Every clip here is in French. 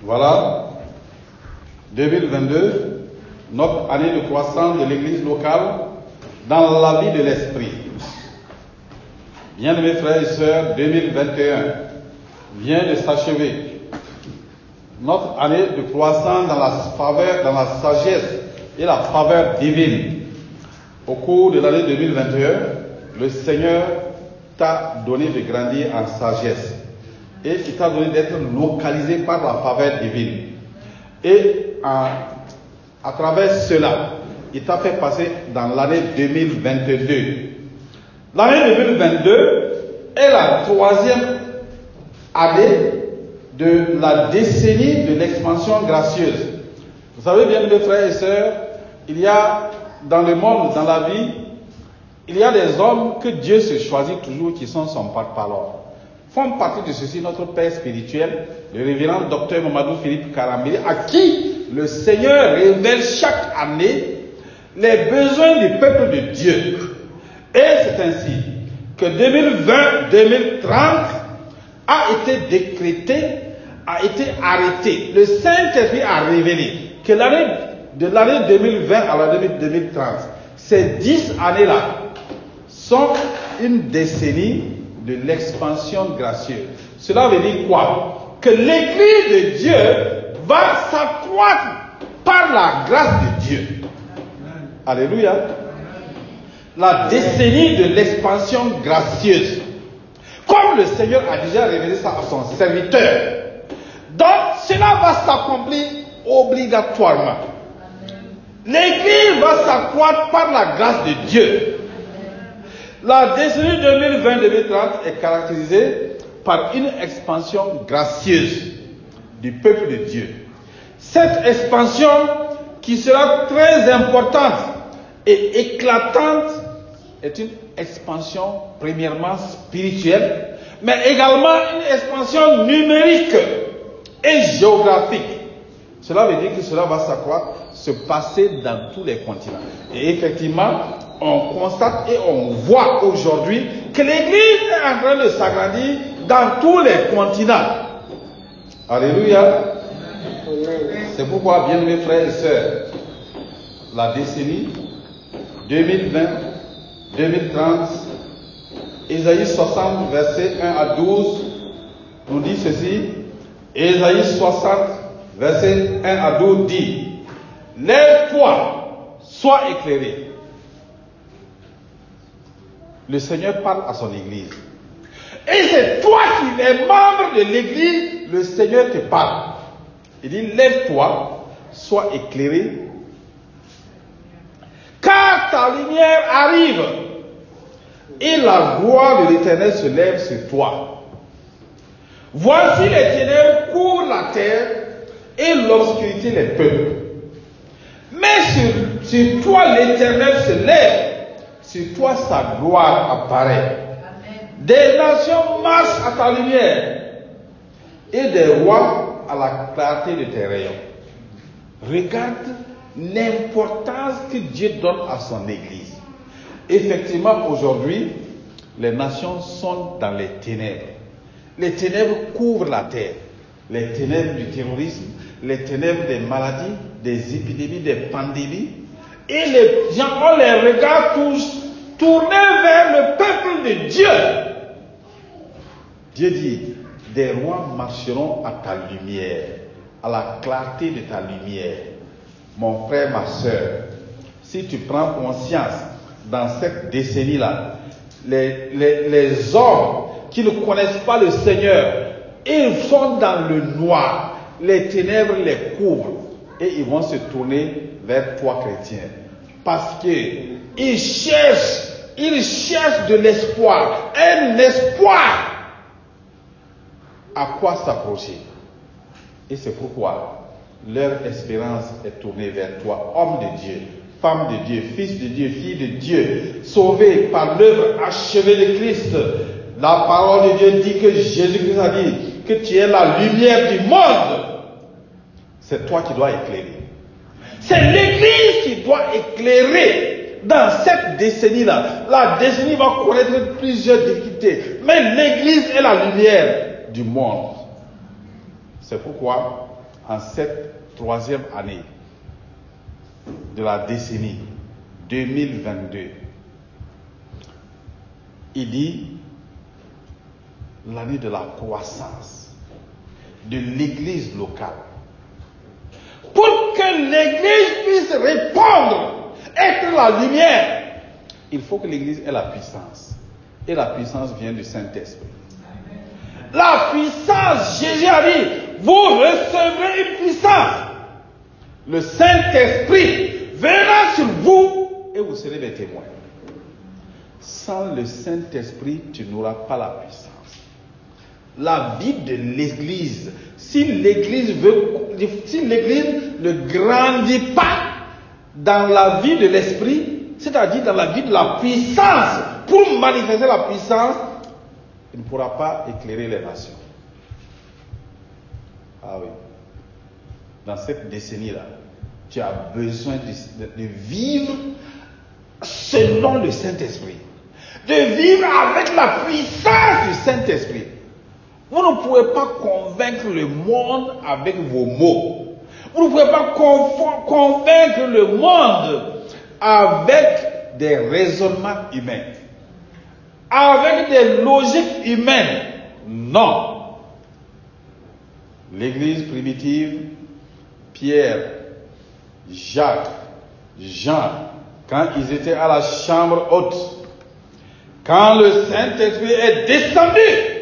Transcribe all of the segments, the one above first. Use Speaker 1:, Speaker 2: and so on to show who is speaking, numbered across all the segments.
Speaker 1: Voilà, 2022, notre année de croissance de l'église locale dans la vie de l'esprit. Bien-aimés frères et sœurs, 2021 vient de s'achever. Notre année de croissance dans la faveur, dans la sagesse et la faveur divine. Au cours de l'année 2021, le Seigneur t'a donné de grandir en sagesse. Et il t'a donné d'être localisé par la faveur divine. Et à travers cela, il t'a fait passer dans l'année 2022. L'année 2022 est la troisième année de la décennie de l'expansion gracieuse. Vous savez bien, mes frères et sœurs, il y a dans le monde, dans la vie, il y a des hommes que Dieu se choisit toujours qui sont son porte-parole. Font partie de ceci notre Père spirituel, le révérend docteur Mamadou Philippe Karambili, à qui le Seigneur révèle chaque année les besoins du peuple de Dieu. Et c'est ainsi que 2020-2030 a été décrété, a été arrêté. Le Saint-Esprit a révélé que de l'année 2020 à l'année 2030, ces 10 années-là sont une décennie de l'expansion gracieuse. Cela veut dire quoi? Que l'église de Dieu va s'accroître par la grâce de Dieu. Alléluia. La décennie de l'expansion gracieuse. Comme le Seigneur a déjà révélé ça à son serviteur. Donc cela va s'accomplir obligatoirement. L'église va s'accroître par la grâce de Dieu. La décennie 2020-2030 est caractérisée par une expansion gracieuse du peuple de Dieu. Cette expansion qui sera très importante et éclatante est une expansion premièrement spirituelle, mais également une expansion numérique et géographique. Cela veut dire que cela va s'accroître, se passer dans tous les continents. Et effectivement, on constate et on voit aujourd'hui que l'Église est en train de s'agrandir dans tous les continents. Alléluia. C'est pourquoi, bien mes frères et sœurs, la décennie 2020-2030, Ésaïe 60, versets 1 à 12, nous dit ceci. Ésaïe 60, versets 1 à 12 dit: lève-toi, sois éclairé. Le Seigneur parle à son église. Et c'est toi qui es membre de l'église, le Seigneur te parle. Il dit: lève-toi, sois éclairé, car ta lumière arrive et la gloire de l'Éternel se lève sur toi. Voici les ténèbres couvrent la terre et l'obscurité les peuples. Mais sur toi l'Éternel se lève, sur toi sa gloire apparaît. Amen. Des nations marchent à ta lumière et des rois à la clarté de tes rayons. Regarde l'importance que Dieu donne à son Église. Effectivement, aujourd'hui, les nations sont dans les ténèbres. Les ténèbres couvrent la terre. Les ténèbres du terrorisme, les ténèbres des maladies, des épidémies, des pandémies. Et les gens ont les regards tous tournés vers le peuple de Dieu. Dieu dit: des rois marcheront à ta lumière, à la clarté de ta lumière. Mon frère, ma soeur, si tu prends conscience dans cette décennie-là, les hommes qui ne connaissent pas le Seigneur, ils sont dans le noir, les ténèbres les couvrent et ils vont se tourner vers toi, chrétien, parce que ils cherchent de l'espoir, un espoir à quoi s'approcher. Et c'est pourquoi leur espérance est tournée vers toi, homme de Dieu, femme de Dieu, fils de Dieu, fille de Dieu, sauvé par l'œuvre achevée de Christ. La parole de Dieu dit que Jésus-Christ a dit que tu es la lumière du monde. C'est toi qui dois éclairer. C'est l'Église qui doit éclairer dans cette décennie-là. La décennie va connaître plusieurs difficultés, mais l'Église est la lumière du monde. C'est pourquoi, en cette troisième année de la décennie 2022. Il dit l'année de la croissance de l'église locale. Pour que l'église puisse répondre, être la lumière, il faut que l'église ait la puissance. Et la puissance vient du Saint-Esprit. La puissance, Jésus a dit, vous recevrez une puissance. Le Saint-Esprit viendra sur vous et vous serez des témoins. Sans le Saint-Esprit, tu n'auras pas la puissance. La vie de l'église, si l'église ne grandit pas dans la vie de l'esprit, c'est-à-dire dans la vie de la puissance, pour manifester la puissance, il ne pourra pas éclairer les nations. Ah oui. Dans cette décennie-là, tu as besoin de vivre selon le Saint-Esprit. De vivre avec la puissance du Saint-Esprit. Vous ne pouvez pas convaincre le monde avec vos mots. Vous ne pouvez pas convaincre le monde avec des raisonnements humains. Avec des logiques humaines. Non. L'église primitive, Pierre, Jacques, Jean, quand ils étaient à la chambre haute, quand le Saint-Esprit est descendu,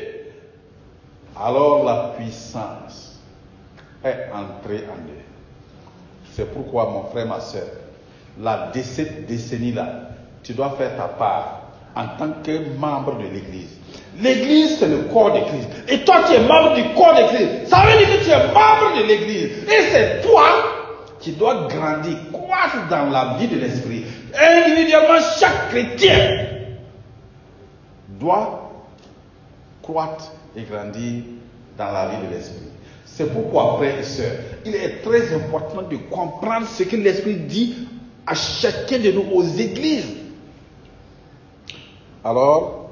Speaker 1: alors la puissance est entrée en eux. C'est pourquoi, mon frère, ma soeur, cette décennie-là, tu dois faire ta part en tant que membre de l'église. L'église, c'est le corps de Christ. Et toi, tu es membre du corps de Christ. Ça veut dire que tu es membre de l'église. Et c'est toi qui dois grandir, croître dans la vie de l'esprit. Individuellement, chaque chrétien doit croître et grandir dans la vie de l'esprit. C'est pourquoi, frères et sœurs, il est très important de comprendre ce que l'esprit dit à chacun de nous, aux églises. Alors,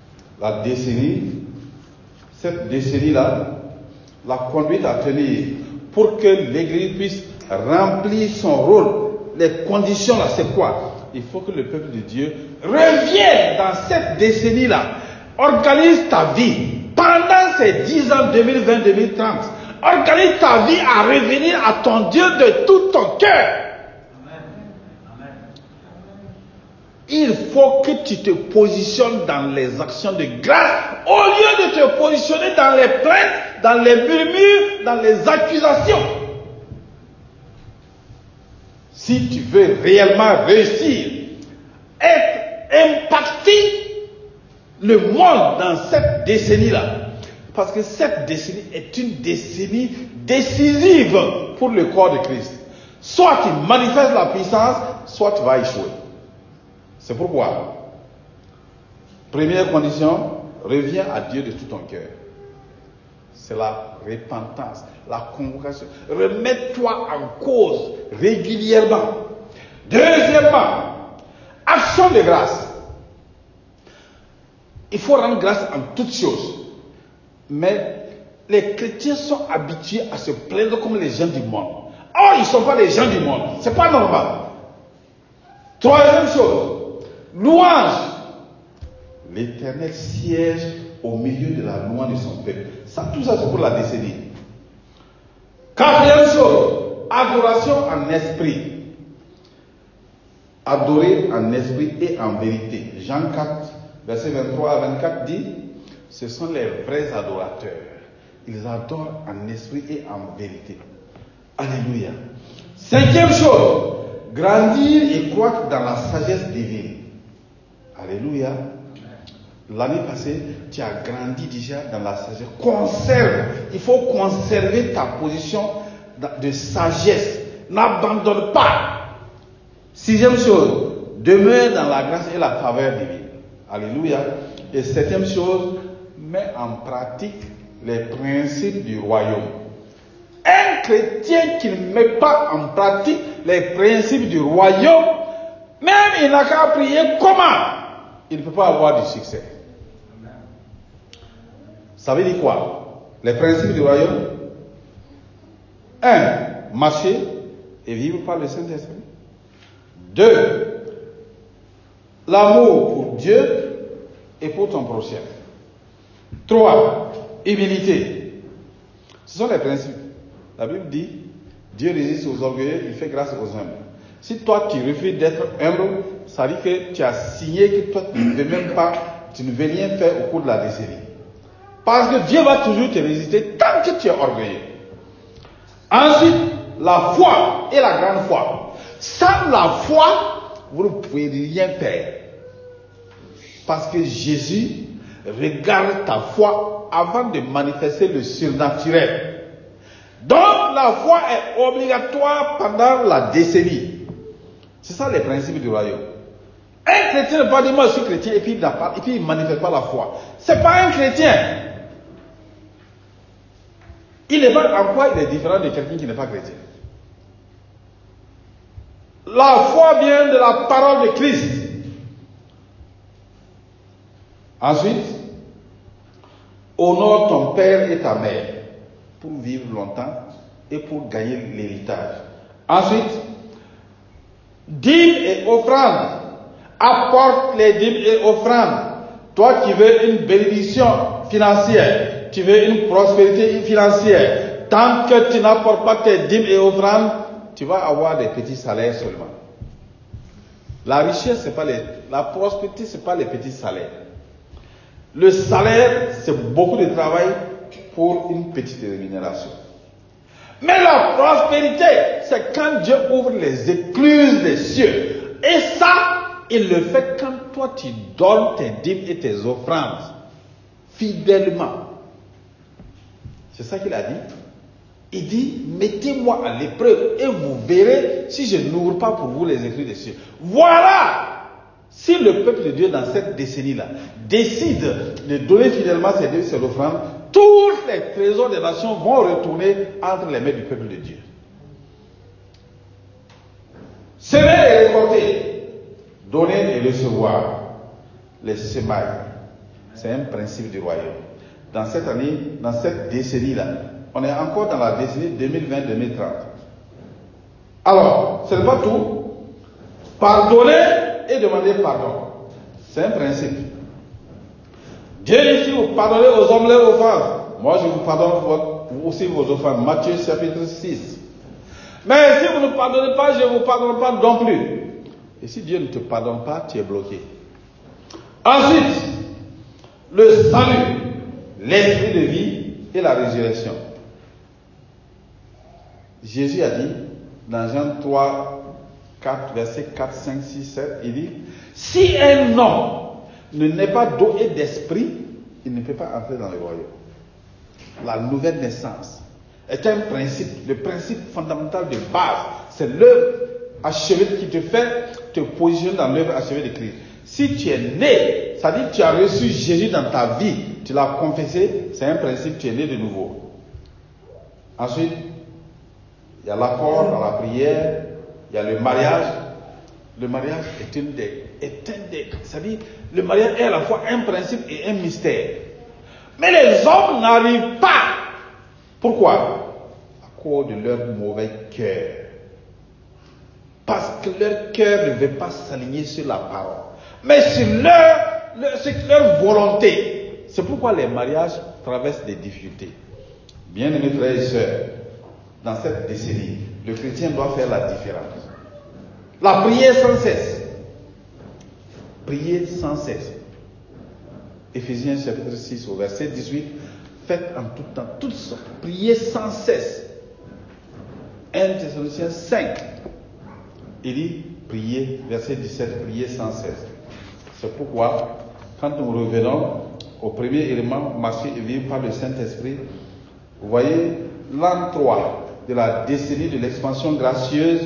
Speaker 1: cette décennie-là, la conduite à tenir pour que l'église puisse remplir son rôle, les conditions là, c'est quoi? Il faut que le peuple de Dieu revienne dans cette décennie-là. Organise ta vie pendant ces 10 ans 2020-2030. Organise ta vie à revenir à ton Dieu de tout ton cœur. Il faut que tu te positionnes dans les actions de grâce au lieu de te positionner dans les plaintes, dans les murmures, dans les accusations. Si tu veux réellement réussir, impacter le monde dans cette décennie-là, parce que cette décennie est une décennie décisive pour le corps de Christ. Soit tu manifestes la puissance, soit tu vas échouer. C'est pourquoi, première condition, reviens à Dieu de tout ton cœur. C'est la repentance, la convocation. Remets-toi en cause régulièrement. Deuxièmement, action de grâce. Il faut rendre grâce en toutes choses. Mais les chrétiens sont habitués à se plaindre comme les gens du monde. Or, ils ne sont pas les gens du monde. Ce n'est pas normal. Troisième chose, louange. L'Éternel siège au milieu de la louange de son peuple. Tout ça, c'est pour la décennie. Quatrième chose, adoration en esprit. Adorer en esprit et en vérité. Jean 4, verset 23 à 24 dit, ce sont les vrais adorateurs. Ils adorent en esprit et en vérité. Alléluia. Cinquième chose, grandir et croître dans la sagesse divine. Alléluia. L'année passée, tu as grandi déjà dans la sagesse. Conserve. Il faut conserver ta position de sagesse. N'abandonne pas. Sixième chose, demeure dans la grâce et la faveur divine. Alléluia. Et septième chose, mets en pratique les principes du royaume. Un chrétien qui ne met pas en pratique les principes du royaume, même il n'a qu'à prier comment? Il ne peut pas avoir du succès. Ça veut dire quoi? Les principes du royaume. 1. Marcher et vivre par le Saint-Esprit. 2. L'amour pour Dieu et pour ton prochain. 3. Humilité. Ce sont les principes. La Bible dit, Dieu résiste aux orgueilleux, il fait grâce aux humbles. Si toi tu refuses d'être humble, ça veut dire que tu as signé que toi tu ne veux même pas, tu ne veux rien faire au cours de la décennie. Parce que Dieu va toujours te résister tant que tu es orgueilleux. Ensuite, la foi et la grande foi. Sans la foi, vous ne pouvez rien faire. Parce que Jésus regarde ta foi avant de manifester le surnaturel. Donc la foi est obligatoire pendant la décennie. C'est ça les principes du royaume. Un chrétien ne peut pas dire moi je suis chrétien et puis il ne manifeste pas la foi. C'est pas un chrétien. Il n'est pas, en quoi il est différent de quelqu'un qui n'est pas chrétien? La foi vient de la parole de Christ. Ensuite, honore ton père et ta mère pour vivre longtemps et pour gagner l'héritage. Ensuite, dîmes et offrandes. Apporte les dîmes et offrandes. Toi qui veux une bénédiction financière, tu veux une prospérité financière, tant que tu n'apportes pas tes dîmes et offrandes, tu vas avoir des petits salaires seulement. La richesse, c'est pas la prospérité, c'est pas les petits salaires. Le salaire, c'est beaucoup de travail pour une petite rémunération. Mais la prospérité, c'est quand Dieu ouvre les écluses des cieux. Et ça, il le fait quand toi tu donnes tes dîmes et tes offrandes fidèlement. C'est ça qu'il a dit. Il dit, mettez-moi à l'épreuve et vous verrez si je n'ouvre pas pour vous les écluses des cieux. Voilà! Si le peuple de Dieu dans cette décennie-là décide de donner fidèlement ses dîmes et ses offrandes, tous les trésors des nations vont retourner entre les mains du peuple de Dieu. Semer et récolter, donner et recevoir, les semailles. C'est un principe du royaume. Dans cette année, dans cette décennie-là, on est encore dans la décennie 2020-2030. Alors, ce n'est pas tout. Pardonner et demander pardon. C'est un principe. Dieu dit, si vous pardonnez aux hommes leurs offenses, moi je vous pardonne aussi vos offenses. Matthieu chapitre 6. Mais si vous ne pardonnez pas, je ne vous pardonne pas non plus. Et si Dieu ne te pardonne pas, tu es bloqué. Ensuite, le salut, l'esprit de vie et la résurrection. Jésus a dit, dans Jean 3, 4, versets 4, 5, 6, 7, il dit, si un homme ne naît pas d'eau et d'esprit, il ne peut pas entrer dans le royaume. La nouvelle naissance est un principe, le principe fondamental de base. C'est l'œuvre achevée qui te fait te positionner dans l'œuvre achevée de Christ. Si tu es né, ça dit que tu as reçu Jésus dans ta vie, tu l'as confessé, c'est un principe, tu es né de nouveau. Ensuite, il y a l'accord dans la prière, il y a le mariage. Le mariage c'est-à-dire, le mariage est à la fois un principe et un mystère. Mais les hommes n'arrivent pas. Pourquoi? À cause de leur mauvais cœur. Parce que leur cœur ne veut pas s'aligner sur la parole, mais sur leur volonté. C'est pourquoi les mariages traversent des difficultés. Bien-aimés frères et sœurs, dans cette décennie, le chrétien doit faire la différence. La prière sans cesse. Priez sans cesse. Éphésiens chapitre 6 au verset 18. Faites en tout temps, toutes sortes. Priez sans cesse. 1 Thessaloniciens 5. Il dit, priez, verset 17, priez sans cesse. C'est pourquoi, quand nous revenons au premier élément, marcher et vivre par le Saint-Esprit, vous voyez, l'an 3 de la décennie de l'expansion gracieuse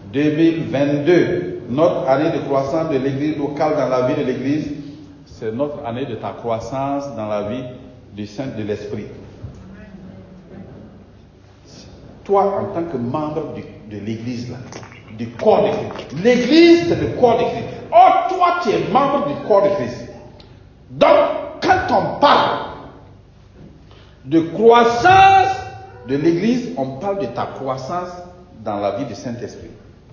Speaker 1: 2022, notre année de croissance de l'église locale dans la vie de l'église, c'est notre année de ta croissance dans la vie du Saint de l'Esprit. Toi, en tant que membre de l'église, là, du corps de Christ. L'église, c'est le corps de Christ. Or, toi, tu es membre du corps de Christ. Donc, quand on parle de croissance de l'Église, on parle de ta croissance dans la vie du Saint-Esprit.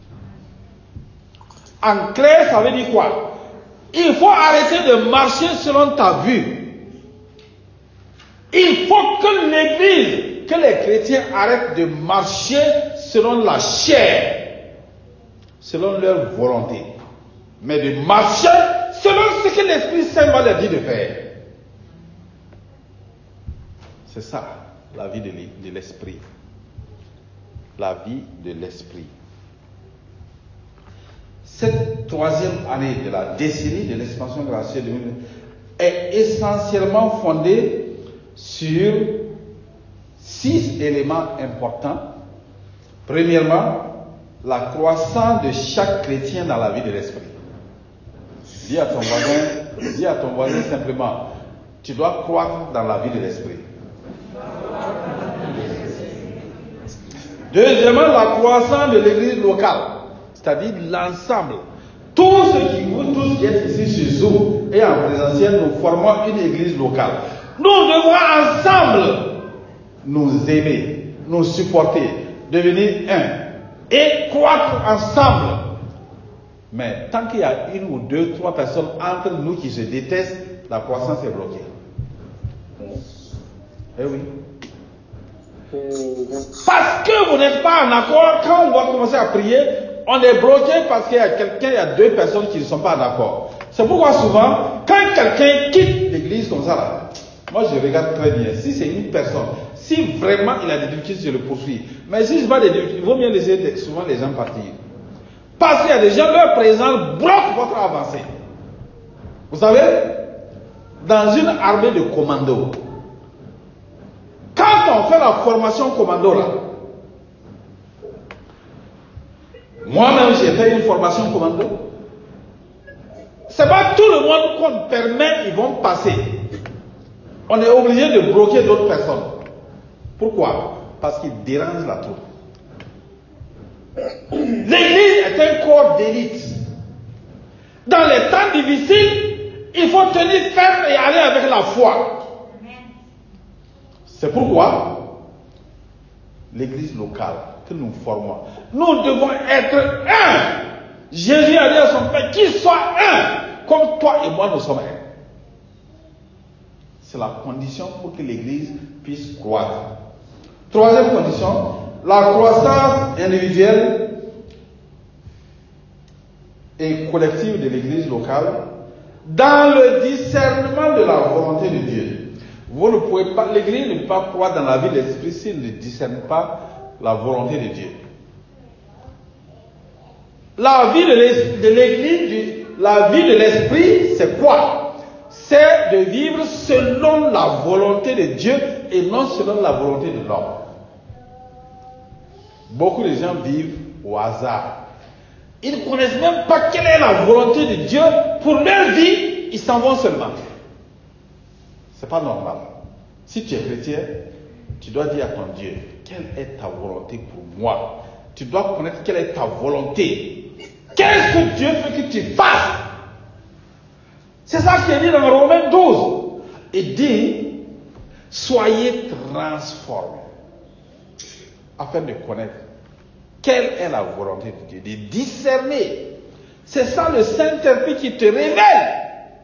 Speaker 1: En clair, ça veut dire quoi? Il faut arrêter de marcher selon ta vue. Il faut que l'Église, que les chrétiens arrêtent de marcher selon la chair, selon leur volonté, mais de marcher selon ce que l'Esprit Saint va leur dire de faire. C'est ça, la vie de l'Esprit. La vie de l'Esprit. Cette troisième année de la décennie de l'expansion gracieuse de 2020 est essentiellement fondée sur 6 éléments importants. Premièrement, la croissance de chaque chrétien dans la vie de l'Esprit. Dis à ton voisin simplement, tu dois croître dans la vie de l'Esprit. Deuxièmement, la croissance de l'église locale, c'est-à-dire l'ensemble. Tous ceux qui êtes ici sur Zoom et en présentiel, nous formons une église locale. Nous devons ensemble nous aimer, nous supporter, devenir un et croître ensemble. Mais tant qu'il y a 1 ou 2, 3 personnes entre nous qui se détestent, la croissance est bloquée. Eh oui. Parce que vous n'êtes pas en accord, quand on va commencer à prier, on est bloqué parce qu'il y a 2 personnes qui ne sont pas en accord. C'est pourquoi souvent, quand quelqu'un quitte l'église comme ça, là, moi je regarde très bien. Si c'est une personne, si vraiment il a des difficultés, je le poursuis. Mais si je pas des difficultés, il vaut mieux laisser souvent les gens partir. Parce qu'il y a des gens, leur présence bloque votre avancée. Vous savez, dans une armée de commandos, quand on fait la formation commando là, moi-même j'ai fait une formation commando. C'est pas tout le monde qu'on permet, ils vont passer. On est obligé de bloquer d'autres personnes. Pourquoi? Parce qu'ils dérangent la troupe. L'église est un corps d'élite. Dans les temps difficiles, il faut tenir ferme et aller avec la foi. C'est pourquoi l'église locale que nous formons, nous devons être un. Jésus a dit à son Père qu'il soit un, comme toi et moi nous sommes un. C'est la condition pour que l'église puisse croître. Troisième condition, la croissance individuelle et collective de l'église locale dans le discernement de la volonté de Dieu. Vous ne pouvez pas, l'église ne peut pas croître dans la vie de l'esprit s'il ne discerne pas la volonté de Dieu. La vie de l'église, la vie de l'esprit, c'est quoi? C'est de vivre selon la volonté de Dieu et non selon la volonté de l'homme. Beaucoup de gens vivent au hasard. Ils ne connaissent même pas quelle est la volonté de Dieu pour leur vie, ils s'en vont seulement. C'est pas normal. Si tu es chrétien, tu dois dire à ton Dieu, quelle est ta volonté pour moi? Tu dois connaître quelle est ta volonté. Qu'est-ce que Dieu veut que tu fasses? C'est ça qui est dit dans Romains 12. Il dit, soyez transformés afin de connaître quelle est la volonté de Dieu, de discerner. C'est ça le Saint-Esprit qui te révèle.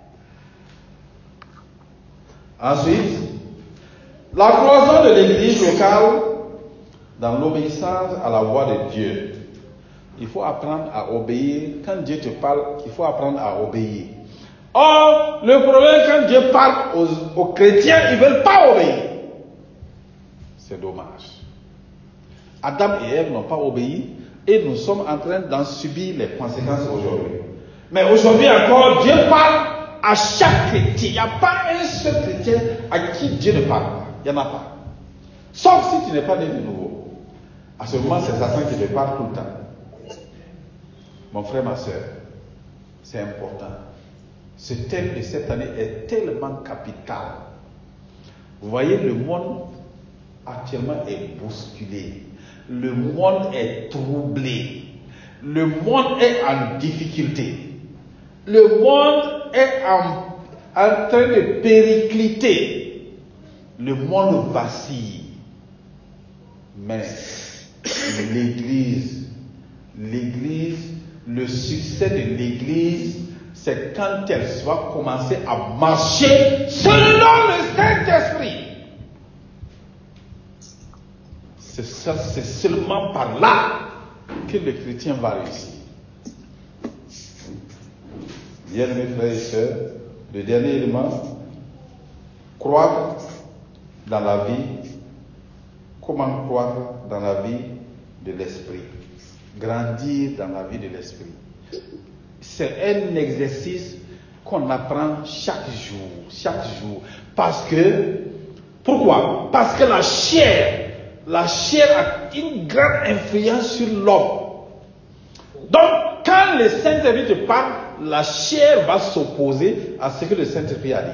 Speaker 1: Ensuite, la croissance de l'église locale dans l'obéissance à la voix de Dieu. Il faut apprendre à obéir. Quand Dieu te parle, il faut apprendre à obéir. Or, le problème quand Dieu parle aux chrétiens, ils ne veulent pas obéir. C'est dommage. Adam et Ève n'ont pas obéi et nous sommes en train d'en subir les conséquences aujourd'hui. Mais aujourd'hui encore, Dieu parle à chaque chrétien. Il n'y a pas un seul chrétien à qui Dieu ne parle pas. Il n'y en a pas. Sauf si tu n'es pas né de nouveau. À ce moment, c'est Satan qui te parle tout le temps. Mon frère, ma soeur, c'est important. Ce thème de cette année est tellement capital. Vous voyez, le monde actuellement est bousculé. Le monde est troublé. Le monde est en difficulté. Le monde est en train de péricliter. Le monde vacille. Mais l'Église, le succès de l'Église, c'est quand elle va commencer à marcher selon le Saint-Esprit. C'est seulement par là que le chrétien va réussir. Bien-aimés frères et sœurs, le dernier élément, croître dans la vie. Comment croître dans la vie de l'esprit? Grandir dans la vie de l'esprit. C'est un exercice qu'on apprend chaque jour. Parce que, pourquoi? Parce que la chair a une grande influence sur l'homme. Donc, quand le Saint-Esprit te parle, la chair va s'opposer à ce que le Saint-Esprit a dit.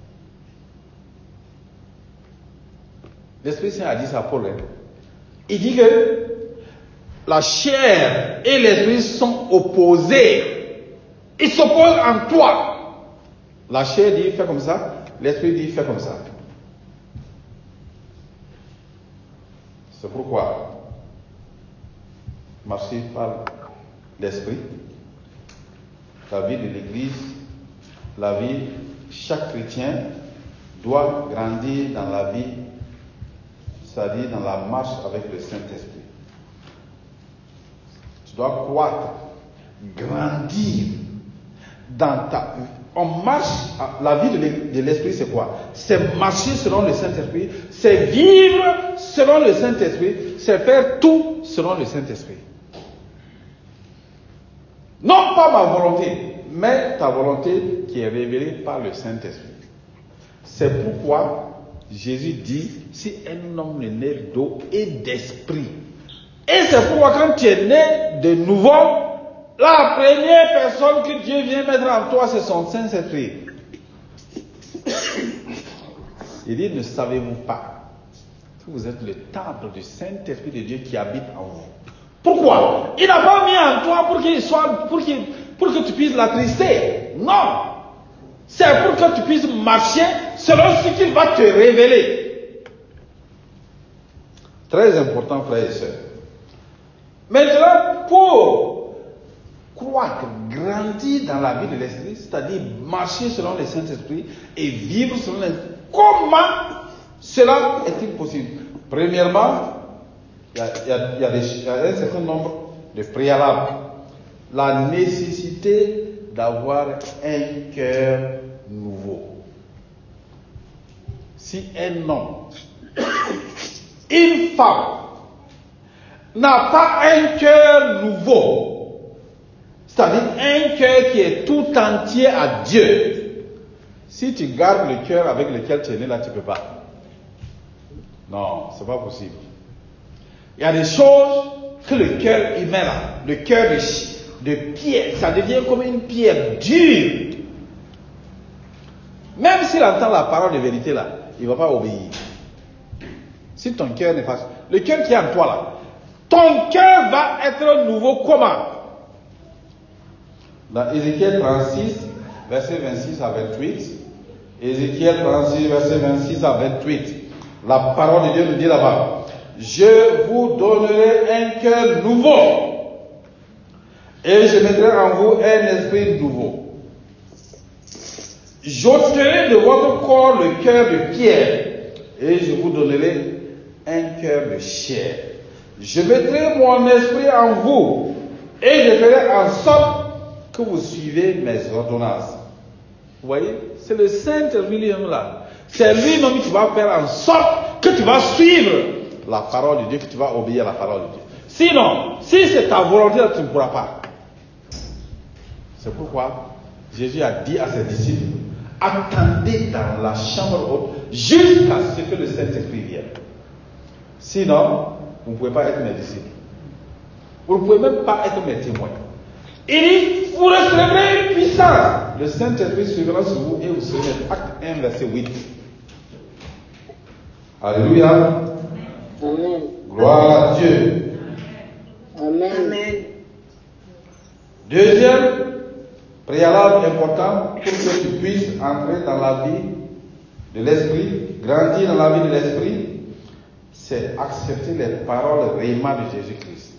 Speaker 1: L'Esprit Saint a dit ça à Paul. Il dit que la chair et l'Esprit sont opposés. Ils s'opposent en toi. La chair dit fais comme ça, l'Esprit dit fais comme ça. C'est pourquoi marcher par l'Esprit, la vie de l'Église, chaque chrétien doit grandir dans la vie, c'est-à-dire dans la marche avec le Saint-Esprit. Tu dois croître, grandir dans ta vie. On marche, la vie de l'Esprit c'est quoi? C'est marcher selon le Saint-Esprit, c'est vivre selon le Saint-Esprit, c'est faire tout selon le Saint-Esprit. Non pas ma volonté, mais ta volonté qui est révélée par le Saint-Esprit. C'est pourquoi Jésus dit, si un homme est né d'eau et d'esprit, et c'est pourquoi quand tu es né de nouveau, la première personne que Dieu vient mettre en toi, c'est son Saint-Esprit. Il dit, ne savez-vous pas que vous êtes le temple du Saint-Esprit de Dieu qui habite en vous? Pourquoi? Il n'a pas mis en toi pour que tu puisses l'attrister. Non. C'est pour que tu puisses marcher selon ce qu'il va te révéler. Très important, frères et sœurs. Maintenant, pour croître, grandir dans la vie de l'Esprit, c'est-à-dire marcher selon le Saint-Esprit et vivre selon l'Esprit, comment cela est-il possible? Premièrement, il y a un certain nombre de préalables. La nécessité d'avoir un cœur nouveau. Si un homme, une femme, n'a pas un cœur nouveau, c'est-à-dire un cœur qui est tout entier à Dieu, si tu gardes le cœur avec lequel tu es né là, tu ne peux pas. Non, c'est pas possible. Il y a des choses que le cœur humain là, le cœur de pierre, ça devient comme une pierre dure. Même s'il entend la parole de vérité là, il ne va pas obéir. Si ton cœur n'est pas... Le cœur qui est en toi là, ton cœur va être nouveau comment? Dans Ézéchiel 36, verset 26 à 28, Ézéchiel 36, verset 26 à 28, la parole de Dieu nous dit là-bas, je vous donnerai un cœur nouveau et je mettrai en vous un esprit nouveau. J'ôterai de votre corps le cœur de pierre et je vous donnerai un cœur de chair. Je mettrai mon esprit en vous et je ferai en sorte que vous suivez mes ordonnances. Vous voyez, c'est le Saint-Esprit lui-même là. C'est lui-même qui va faire en sorte que tu vas suivre la parole de Dieu, que tu vas obéir à la parole de Dieu. Sinon, si c'est ta volonté, tu ne pourras pas. C'est pourquoi Jésus a dit à ses disciples, attendez dans la chambre haute jusqu'à ce que le Saint-Esprit vienne. Sinon, vous ne pouvez pas être mes disciples. Vous ne pouvez même pas être mes témoins. Il dit, vous recevrez une puissance. Le Saint-Esprit suivra sur vous et vous serez. Acte 1, verset 8. Alléluia.
Speaker 2: Amen.
Speaker 1: Gloire à Dieu.
Speaker 2: Amen.
Speaker 1: Deuxième préalable important pour que tu puisses entrer dans la vie de l'esprit, grandir dans la vie de l'esprit, c'est accepter les paroles réma de Jésus-Christ.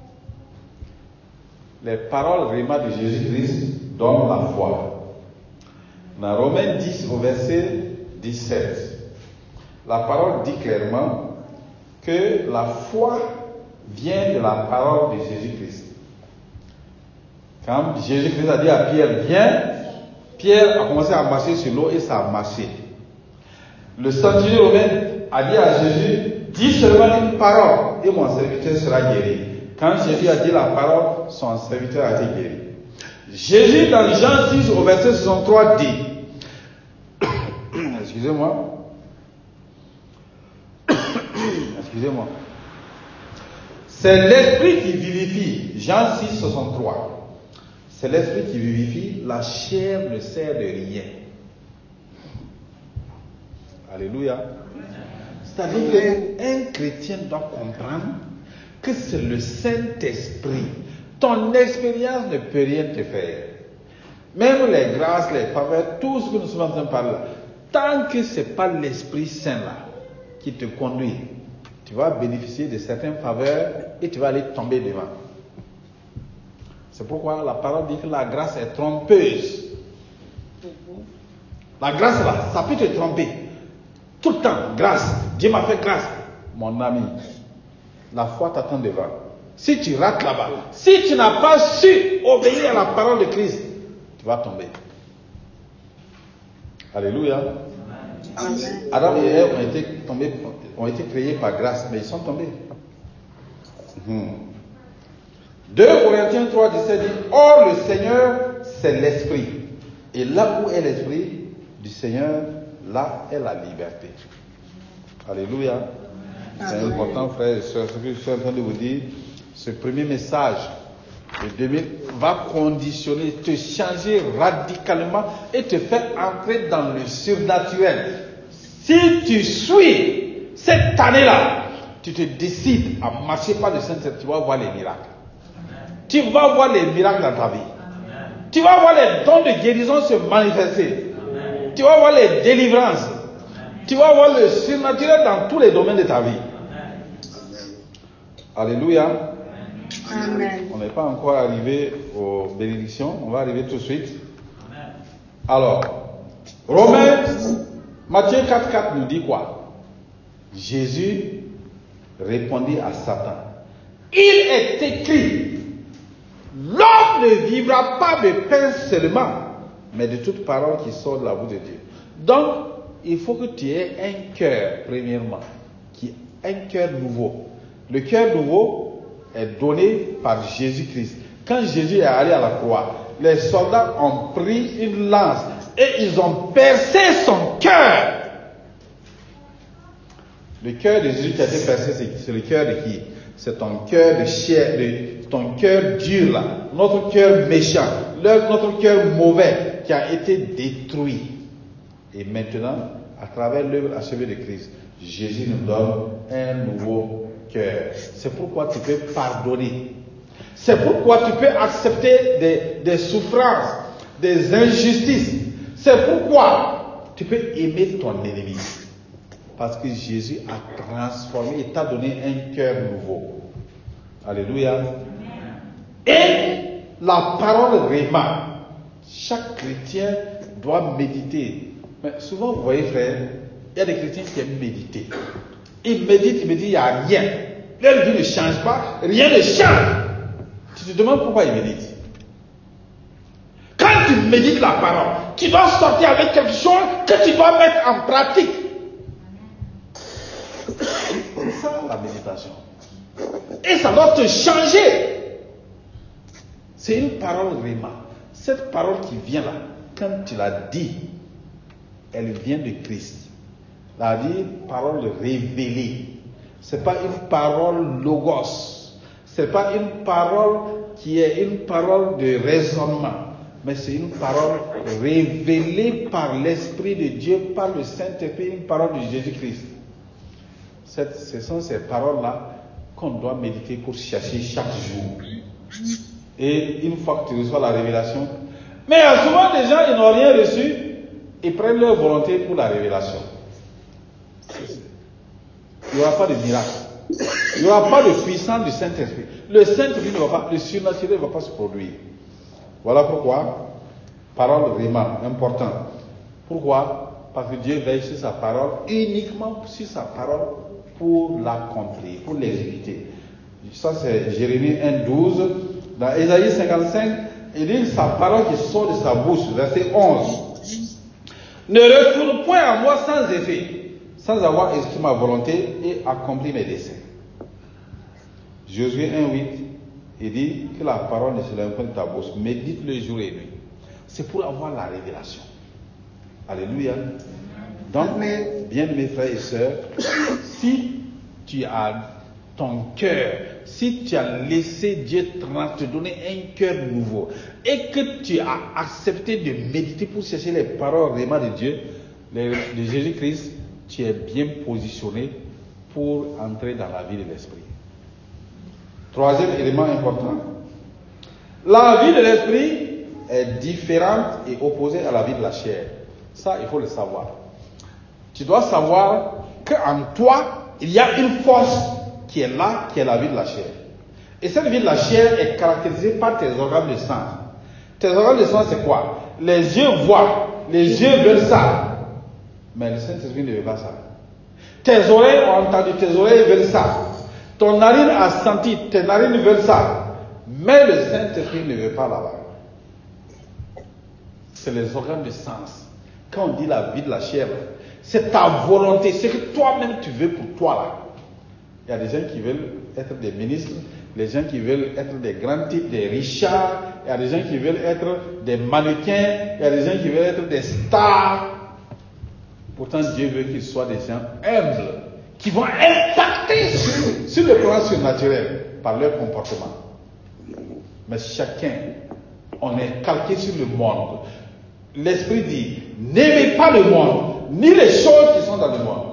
Speaker 1: Les paroles réma de Jésus-Christ donnent la foi. Dans Romains 10 au verset 17, la parole dit clairement que la foi vient de la parole de Jésus-Christ. Quand Jésus-Christ a dit à Pierre, viens, Pierre a commencé à marcher sur l'eau et ça a marché. Le centurion romain a dit à Jésus, dis seulement une parole et mon serviteur sera guéri. Quand Jésus a dit la parole, son serviteur a été guéri. Jésus dans Jean 6 au verset 63 dit, excusez-moi, c'est l'esprit qui vivifie, Jean 6, 63. C'est l'esprit qui vivifie, la chair ne sert de rien. Alléluia. C'est-à-dire qu'un chrétien doit comprendre que c'est le Saint-Esprit. Ton expérience ne peut rien te faire. Même les grâces, les faveurs, tout ce que nous sommes en train de parler là, tant que ce n'est pas l'Esprit Saint là qui te conduit, tu vas bénéficier de certaines faveurs et tu vas aller tomber devant. C'est pourquoi la parole dit que la grâce est trompeuse. La grâce là, ça peut te tromper. Tout le temps, grâce. Dieu m'a fait grâce. Mon ami, la foi t'attend devant. Si tu rates là-bas, si tu n'as pas su obéir à la parole de Christ, tu vas tomber. Alléluia. Amen. Adam et Ève ont été créés par grâce, mais ils sont tombés. 2 Corinthiens 3, 17 dit, or le Seigneur, c'est l'Esprit. Et là où est l'Esprit du Seigneur, là est la liberté. Alléluia. C'est important, frères et sœurs, ce que je suis en train de vous dire. Ce premier message de 2000 va conditionner, te changer radicalement et te faire entrer dans le surnaturel. Si tu suis cette année-là, tu te décides à marcher par le Saint-Esprit, tu vas voir les miracles. Tu vas voir les miracles dans ta vie. Tu vas voir les dons de guérison se manifester. Tu vas voir les délivrances. Tu vas voir le surnaturel dans tous les domaines de ta vie. Alléluia.
Speaker 2: Amen.
Speaker 1: On n'est pas encore arrivé aux bénédictions. On va arriver tout de suite. Alors, Matthieu 4,4 nous dit quoi? Jésus répondit à Satan. Il est écrit, l'homme ne vivra pas de pain seulement, mais de toute parole qui sort de la bouche de Dieu. Donc, il faut que tu aies un cœur, premièrement, un cœur nouveau. Le cœur nouveau est donné par Jésus-Christ. Quand Jésus est allé à la croix, les soldats ont pris une lance et ils ont percé son cœur. Le cœur de Jésus qui a été percé, c'est le cœur de qui? C'est ton cœur de chair, ton cœur dur là, notre cœur méchant, notre cœur mauvais qui a été détruit. Et maintenant, à travers l'œuvre achevée de Christ, Jésus nous donne un nouveau cœur. C'est pourquoi tu peux pardonner. C'est pourquoi tu peux accepter des souffrances, des injustices. C'est pourquoi tu peux aimer ton ennemi. Parce que Jésus a transformé et t'a donné un cœur nouveau. Alléluia. Et la parole réma. Chaque chrétien doit méditer. Mais souvent, vous voyez, frère, il y a des chrétiens qui aiment méditer. Ils méditent, il n'y a rien. Leur vie ne change pas, rien ne change. Tu te demandes pourquoi ils méditent. Quand tu médites la parole, tu dois sortir avec quelque chose que tu dois mettre en pratique. C'est ça la méditation. Et ça doit te changer. C'est une parole réma. Cette parole qui vient là, quand tu l'as dit, elle vient de Christ. La dit parole révélée. C'est pas une parole logos. C'est pas une parole qui est une parole de raisonnement. Mais c'est une parole révélée par l'Esprit de Dieu, par le Saint-Esprit, une parole de Jésus-Christ. Ce sont ces paroles-là qu'on doit méditer pour chercher chaque jour. Et une fois que tu reçois la révélation, mais souvent des gens, ils n'ont rien reçu, ils prennent leur volonté pour la révélation. il n'y aura pas de miracle. Il n'y aura pas de puissance du Saint-Esprit. Le Saint-Esprit ne va pas, le surnaturel ne va pas se produire. Voilà pourquoi, parole vraiment importante. Pourquoi? Parce que Dieu veille sur sa parole, uniquement sur sa parole, pour l'accomplir, pour l'exécuter. Ça c'est Jérémie 1,12. Dans Ésaïe 55, il dit sa parole qui sort de sa bouche, verset 11. Ne retourne point à moi sans effet, sans avoir exécuté ma volonté et accompli mes desseins. Josué 1,8, il dit que la parole ne se lève pas de ta bouche, médite le jour et nuit. C'est pour avoir la révélation. Alléluia. Donc, bien mes frères et sœurs, si tu as ton cœur, si tu as laissé Dieu te donner un cœur nouveau et que tu as accepté de méditer pour chercher les paroles vraiment de Dieu, de Jésus-Christ, tu es bien positionné pour entrer dans la vie de l'esprit. Troisième élément important, la vie de l'esprit est différente et opposée à la vie de la chair. Ça, il faut le savoir. Tu dois savoir qu'en toi, il y a une force qui est là, qui est la vie de la chair. Et cette vie de la chair est caractérisée par tes organes de sens. Tes organes de sens, c'est quoi? Les yeux voient, les yeux veulent ça. Mais le Saint-Esprit ne veut pas ça. Tes oreilles ont entendu, tes oreilles veulent ça. Ton narine a senti, tes narines veulent ça. Mais le Saint-Esprit ne veut pas là-bas. C'est les organes de sens. Quand on dit la vie de la chair, c'est ta volonté, c'est que toi-même tu veux pour toi là. Il y a des gens qui veulent être des ministres, des gens qui veulent être des grands types, des richards, il y a des gens qui veulent être des mannequins, il y a des gens qui veulent être des stars. Pourtant Dieu veut qu'ils soient des gens humbles, qui vont impacter sur le plan surnaturel par leur comportement. Mais chacun, on est calqué sur le monde. L'Esprit dit, n'aimez pas le monde, ni les choses qui sont dans le monde.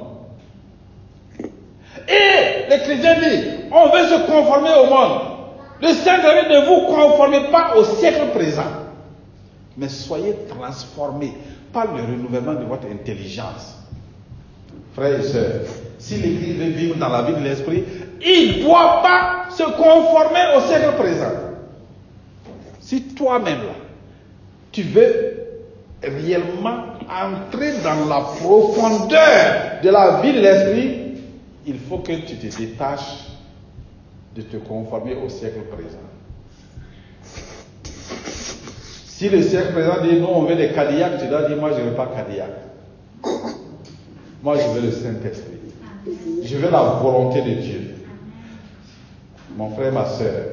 Speaker 1: Et les chrétiens disent, on veut se conformer au monde. Le Saint-Esprit, ne vous conformez pas au siècle présent, mais soyez transformés par le renouvellement de votre intelligence. Frères et sœurs, si l'Église veut vivre dans la vie de l'Esprit, il ne doit pas se conformer au siècle présent. Si toi-même, là, tu veux réellement entrer dans la profondeur de la vie de l'Esprit, il faut que tu te détaches de te conformer au siècle présent. Si le siècle présent dit non, on veut des Cadillacs, tu dois dire moi je ne veux pas Cadillac. Moi je veux le Saint-Esprit. Je veux la volonté de Dieu. Mon frère, ma soeur,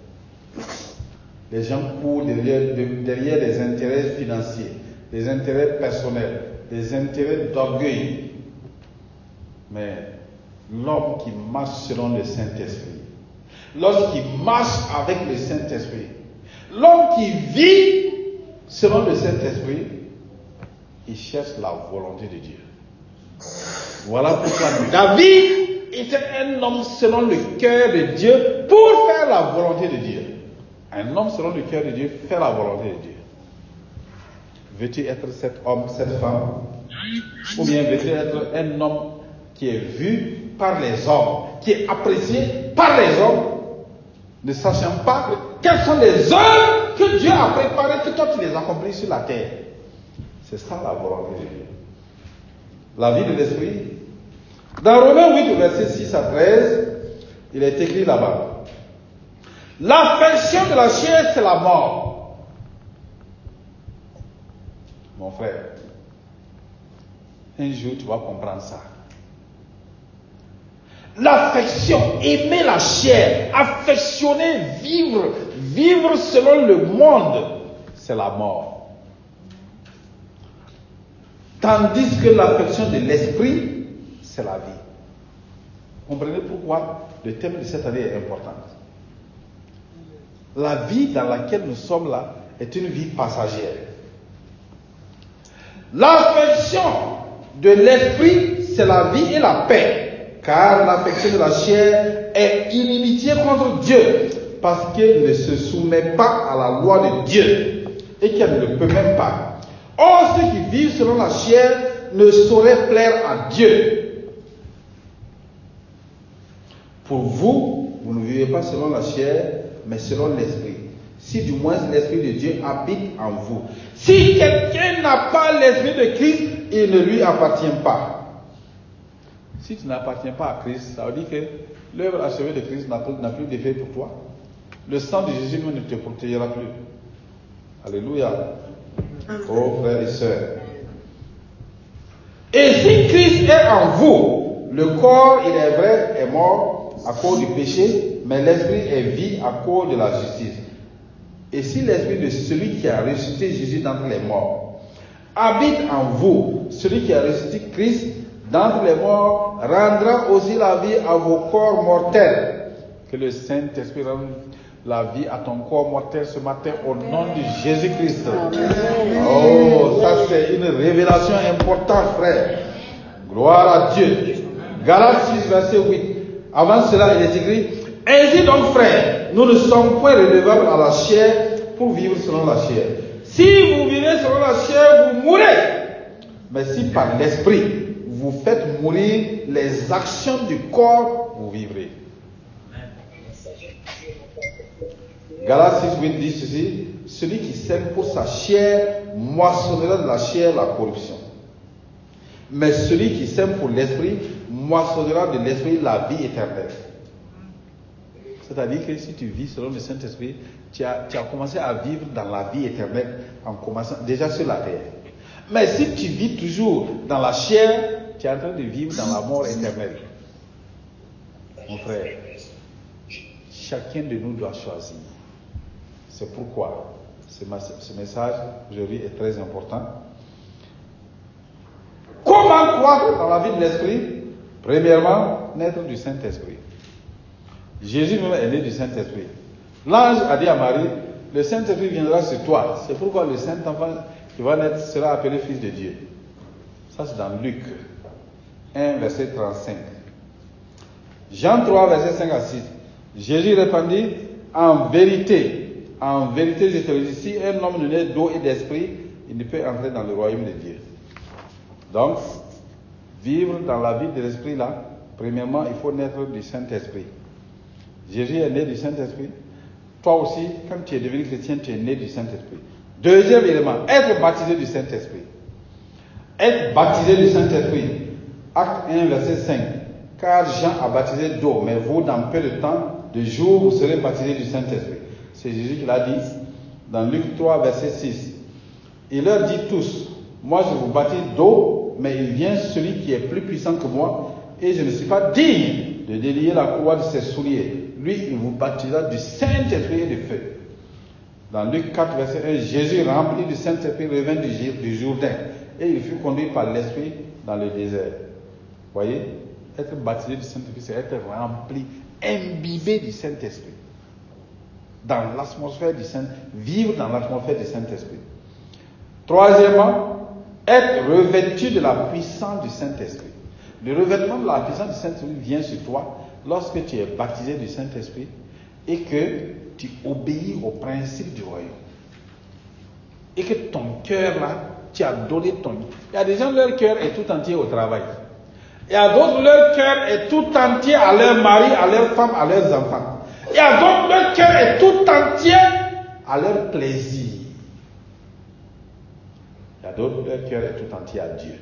Speaker 1: les gens courent derrière des intérêts financiers, des intérêts personnels, des intérêts d'orgueil. Mais l'homme qui marche selon le Saint-Esprit, l'homme qui marche avec le Saint-Esprit, l'homme qui vit selon le Saint-Esprit, il cherche la volonté de Dieu. Voilà pourquoi David était un homme selon le cœur de Dieu pour faire la volonté de Dieu. Un homme selon le cœur de Dieu fait la volonté de Dieu. Veux-tu être cet homme, cette femme? Ou bien veux-tu être un homme qui est vu par les hommes, qui est apprécié par les hommes, ne sachant pas quelles sont les œuvres que Dieu a préparées, que toi tu les accomplis sur la terre? C'est ça la volonté de Dieu. La vie de l'esprit. Dans Romains 8, verset 6 à 13, il est écrit là-bas: l'affection de la chair, c'est la mort. Mon frère, un jour tu vas comprendre ça. L'affection, aimer la chair, affectionner, vivre selon le monde, c'est la mort. Tandis que l'affection de l'esprit, c'est la vie. Comprenez pourquoi le thème de cette année est important. La vie dans laquelle nous sommes là est une vie passagère. L'affection de l'esprit, c'est la vie et la paix. Car l'affection de la chair est inimitié contre Dieu, parce qu'elle ne se soumet pas à la loi de Dieu et qu'elle ne le peut même pas. Or, ceux qui vivent selon la chair ne sauraient plaire à Dieu. Pour vous, vous ne vivez pas selon la chair, mais selon l'esprit. Si du moins l'esprit de Dieu habite en vous. Si quelqu'un n'a pas l'esprit de Christ, il ne lui appartient pas. Si tu n'appartiens pas à Christ, ça veut dire que l'œuvre achevée de Christ n'a plus d'effet pour toi. Le sang de Jésus ne te protégera plus. Alléluia. Oh frères et sœurs. Et si Christ est en vous, le corps, il est vrai, est mort à cause du péché, mais l'esprit est vie à cause de la justice. Et si l'esprit de celui qui a ressuscité Jésus d'entre les morts habite en vous, celui qui a ressuscité Christ d'entre les morts rendra aussi la vie à vos corps mortels. Que le Saint-Esprit rende la vie à ton corps mortel ce matin au nom de Jésus-Christ. Oh, ça c'est une révélation importante, frère. Gloire à Dieu. Galates 6, verset 8. Avant cela, il est écrit: ainsi donc, frère, nous ne sommes point redevables à la chair pour vivre selon la chair. Si vous vivez selon la chair, vous mourrez. Mais si par l'esprit, vous faites mourir les actions du corps, vous vivrez. Galates 6, 8 dit ceci: celui qui sème pour sa chair moissonnera de la chair la corruption. Mais celui qui sème pour l'esprit moissonnera de l'esprit la vie éternelle. C'est-à-dire que si tu vis selon le Saint-Esprit, tu as commencé à vivre dans la vie éternelle en commençant déjà sur la terre. Mais si tu vis toujours dans la chair, tu es en train de vivre dans la mort éternelle. Mon frère, chacun de nous doit choisir. C'est pourquoi ce message aujourd'hui est très important. Comment croître dans la vie de l'Esprit? Premièrement, naître du Saint-Esprit. Jésus même est né du Saint-Esprit. L'ange a dit à Marie: le Saint-Esprit viendra sur toi. C'est pourquoi le Saint-Enfant qui va naître sera appelé Fils de Dieu. Ça c'est dans Luc 1, verset 35. Jean 3, verset 5 à 6. Jésus répondit: en vérité, je te le dis, si un homme ne naît d'eau et d'esprit, il ne peut entrer dans le royaume de Dieu. Donc, vivre dans la vie de l'esprit là, premièrement, il faut naître du Saint-Esprit. Jésus est né du Saint-Esprit. Toi aussi, quand tu es devenu chrétien, tu es né du Saint-Esprit. Deuxième élément, être baptisé du Saint-Esprit. Être baptisé du Saint-Esprit. Acte 1, verset 5. Car Jean a baptisé d'eau, mais vous, dans peu de temps, de jours, vous serez baptisés du Saint-Esprit. C'est Jésus qui l'a dit dans Luc 3, verset 6. Il leur dit tous: moi je vous baptise d'eau, mais il vient celui qui est plus puissant que moi, et je ne suis pas digne de délier la courroie de ses souliers. Lui, il vous baptisera du Saint-Esprit et de feu. Dans Luc 4, verset 1, Jésus, rempli du Saint-Esprit, revint du Jourdain, et il fut conduit par l'Esprit dans le désert. Voyez, être baptisé du Saint-Esprit, c'est être rempli, imbibé du Saint-Esprit. Dans l'atmosphère du vivre dans l'atmosphère du Saint-Esprit. Troisièmement, être revêtu de la puissance du Saint-Esprit. Le revêtement de la puissance du Saint-Esprit vient sur toi lorsque tu es baptisé du Saint-Esprit et que tu obéis aux principes du royaume. Et que ton cœur là, tu as donné ton... Il y a des gens, leur cœur est tout entier au travail. Il y a d'autres, leur cœur est tout entier à leur mari, à leur femme, à leurs enfants. Il y a d'autres, leur cœur est tout entier à leur plaisir. Il y a d'autres, leur cœur est tout entier à Dieu.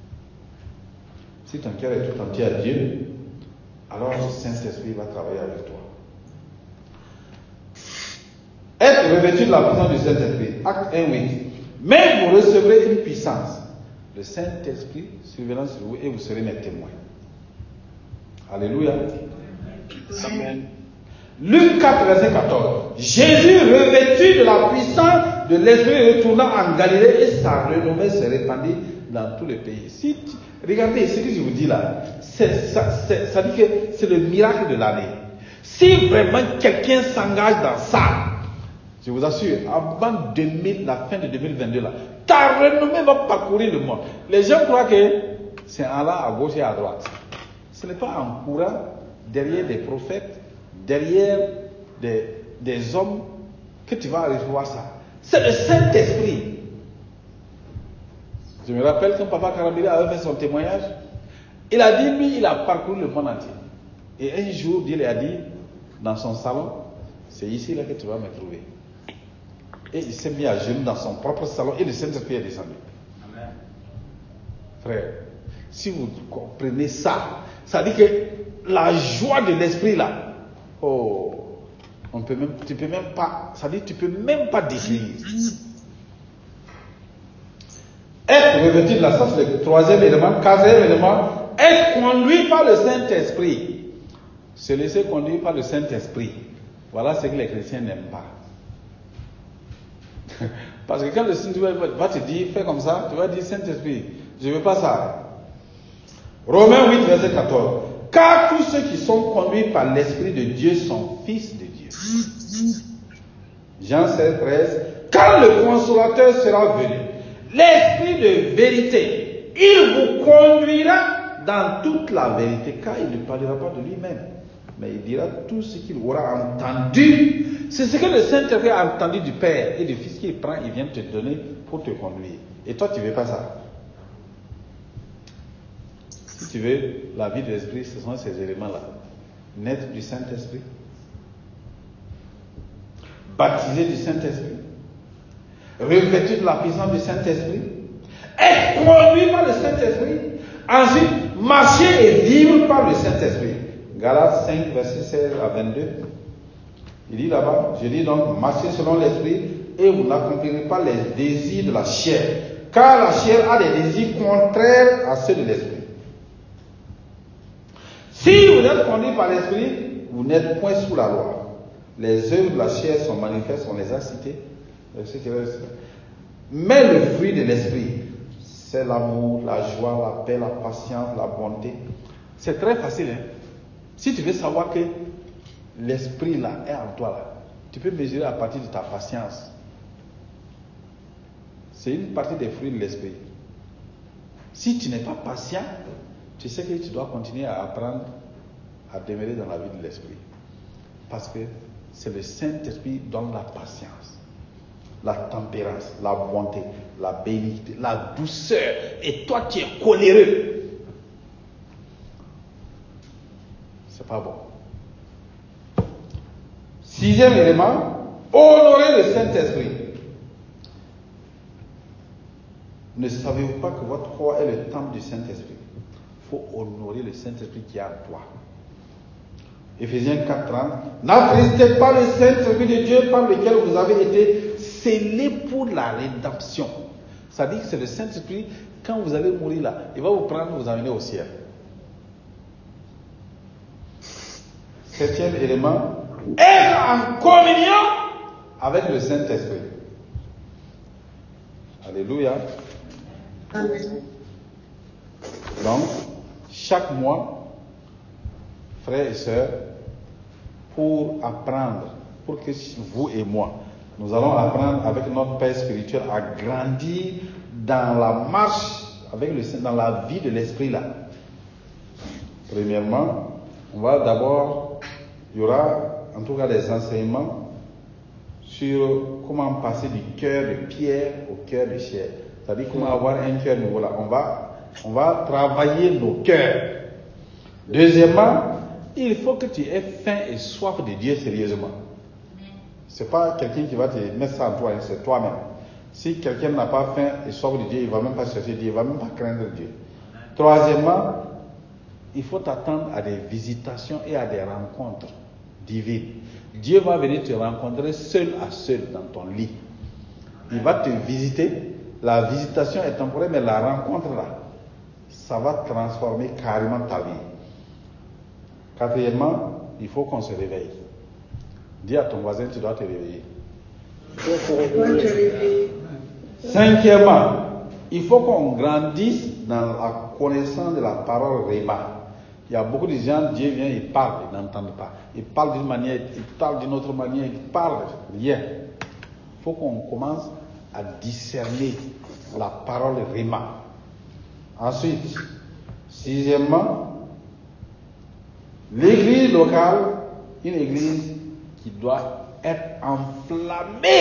Speaker 1: Si ton cœur est tout entier à Dieu, alors le Saint-Esprit va travailler avec toi. Être revêtu de la puissance du Saint-Esprit. Acte 1, 8. Mais vous recevrez une puissance. Le Saint-Esprit surviendra sur vous et vous serez mes témoins. Alléluia. Amen. Luc 4, verset 14. Jésus, revêtu de la puissance de l'Esprit, retourna en Galilée et sa renommée se répandit dans tout le pays. Regardez ce que je vous dis là. Ça dit que c'est le miracle de l'année. Si vraiment quelqu'un s'engage dans ça, je vous assure, avant la fin de 2022 là, ta renommée va parcourir le monde. Les gens croient que c'est en là, à gauche et à droite. Ce n'est pas en courant derrière des prophètes, derrière des hommes que tu vas recevoir ça. C'est le Saint-Esprit. Je me rappelle quand Papa Karambiri avait fait son témoignage, il a dit, lui, il a parcouru le monde entier. Et un jour, Dieu lui a dit, dans son salon, c'est ici là que tu vas me trouver. Et il s'est mis à genoux dans son propre salon et le Saint-Esprit est descendu. Amen. Frère, si vous comprenez ça, ça dit que la joie de l'esprit là, tu peux même pas, ça dit tu peux même pas décrire. Être revêtu de la, ça c'est le troisième élément. Quatrième élément, être conduit par le Saint-Esprit. Se laisser conduire par le Saint-Esprit. Voilà ce que les chrétiens n'aiment pas. Parce que quand le Saint-Esprit va te dire, fais comme ça, tu vas dire, Saint-Esprit, je ne veux pas ça. Romains 8, verset 14. Car tous ceux qui sont conduits par l'Esprit de Dieu sont fils de Dieu. Jean 16, 13. Quand le Consolateur sera venu, l'Esprit de vérité, il vous conduira dans toute la vérité, car il ne parlera pas de lui-même, mais il dira tout ce qu'il aura entendu. C'est ce que le Saint-Esprit a entendu du Père et du Fils qu'il prend, il vient te donner pour te conduire. Et toi, tu ne veux pas ça. Si tu veux la vie de l'Esprit, ce sont ces éléments-là. Naître du Saint-Esprit, baptisé du Saint-Esprit, revêtu de la puissance du Saint-Esprit, être conduit par le Saint-Esprit, ensuite marcher et vivre par le Saint-Esprit. Galates 5, verset 16 à 22. Il dit là-bas, je dis donc, marchez selon l'Esprit et vous n'accomplirez pas les désirs de la chair, car la chair a des désirs contraires à ceux de l'Esprit. Si vous êtes conduit par l'Esprit, vous n'êtes point sous la loi. Les œuvres de la chair sont manifestes, on les a citées. Mais le fruit de l'Esprit, c'est l'amour, la joie, la paix, la patience, la bonté. C'est très facile. Si tu veux savoir que l'Esprit là est en toi, là, tu peux mesurer à partir de ta patience. C'est une partie des fruits de l'Esprit. Si tu n'es pas patient, tu sais que tu dois continuer à apprendre à demeurer dans la vie de l'Esprit. Parce que c'est le Saint-Esprit qui donne la patience, la tempérance, la bonté, la bénignité, la douceur. Et toi, tu es coléreux. C'est pas bon. Sixième élément, honorer le Saint-Esprit. Ne savez-vous pas que votre corps est le temple du Saint-Esprit? Il faut honorer le Saint-Esprit qui est en toi. Éphésiens 4, 30. N'attristez pas le Saint-Esprit de Dieu par lequel vous avez été scellés pour la rédemption. Ça dit que c'est le Saint-Esprit, quand vous allez mourir là, il va vous prendre, vous amener au ciel. Septième élément, être en communion avec le Saint-Esprit. Alléluia.
Speaker 2: Amen.
Speaker 1: Donc, chaque mois, frères et sœurs, pour apprendre, pour que vous et moi, nous allons apprendre avec notre Père spirituel à grandir dans la marche avec le Saint, dans la vie de l'Esprit là. Premièrement, on va d'abord, il y aura en tout cas des enseignements sur comment passer du cœur de pierre au cœur de chair. C'est-à-dire comment avoir un cœur nouveau là. On va travailler nos cœurs. Deuxièmement, il faut que tu aies faim et soif de Dieu sérieusement. C'est pas quelqu'un qui va te mettre ça en toi, c'est toi-même. Si quelqu'un n'a pas faim et soif de Dieu, il ne va même pas chercher Dieu, il ne va même pas craindre Dieu. Troisièmement, il faut t'attendre à des visitations et à des rencontres divines. Dieu va venir te rencontrer seul à seul dans ton lit. Il va te visiter. La visitation est temporaire, mais la rencontre là, ça va transformer carrément ta vie. Quatrièmement, il faut qu'on se réveille. Dis à ton voisin, tu dois te réveiller. Cinquièmement, il faut qu'on grandisse dans la connaissance de la parole Réma. Il y a beaucoup de gens, Dieu vient, il parle, ils n'entendent pas. Il parle d'une manière, il parle d'une autre manière, il parle rien. Il faut qu'on commence à discerner la parole Réma. Ensuite, sixièmement, l'église locale, une église qui doit être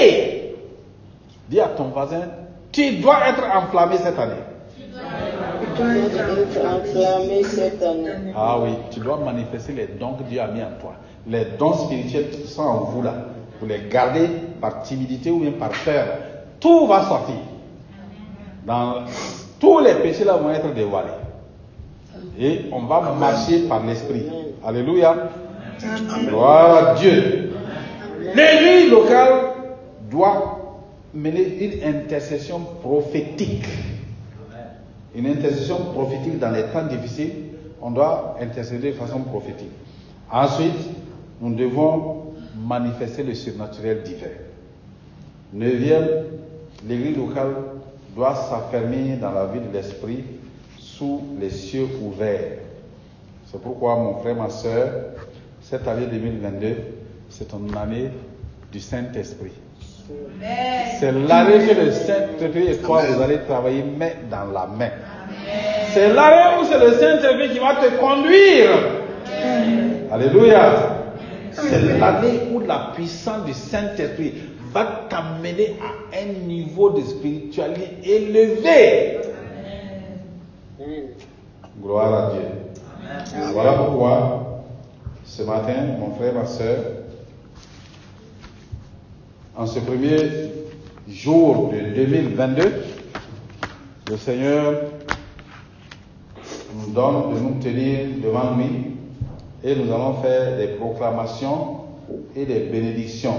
Speaker 1: enflammée. Dis à ton voisin, tu dois être enflammé cette année.
Speaker 2: enflammer cette année.
Speaker 1: Ah oui, tu dois manifester les dons que Dieu a mis en toi. Les dons spirituels qui sont en vous là. Vous les gardez par timidité ou bien par peur. Tout va sortir. Tous les péchés là vont être dévoilés. Et on va marcher par l'esprit. Alléluia. Gloire à Dieu. L'église locale doit mener une intercession prophétique. Une intercession prophétique dans les temps difficiles, on doit intercéder de façon prophétique. Ensuite, nous devons manifester le surnaturel divin. 9e, l'église locale doit s'affermir dans la vie de l'esprit sous les cieux ouverts. C'est pourquoi, mon frère, ma soeur, cette année 2022, c'est une année du Saint-Esprit. C'est l'année que le Saint-Esprit et toi, vous allez travailler main dans la main. C'est l'année où c'est le Saint-Esprit qui va te conduire. Alléluia. C'est l'année où la puissance du Saint-Esprit va t'amener à un niveau de spiritualité élevé. Gloire à Dieu. Voilà pourquoi, ce matin, mon frère, ma soeur, en ce premier jour de 2022, le Seigneur nous donne de nous tenir devant lui et nous allons faire des proclamations et des bénédictions.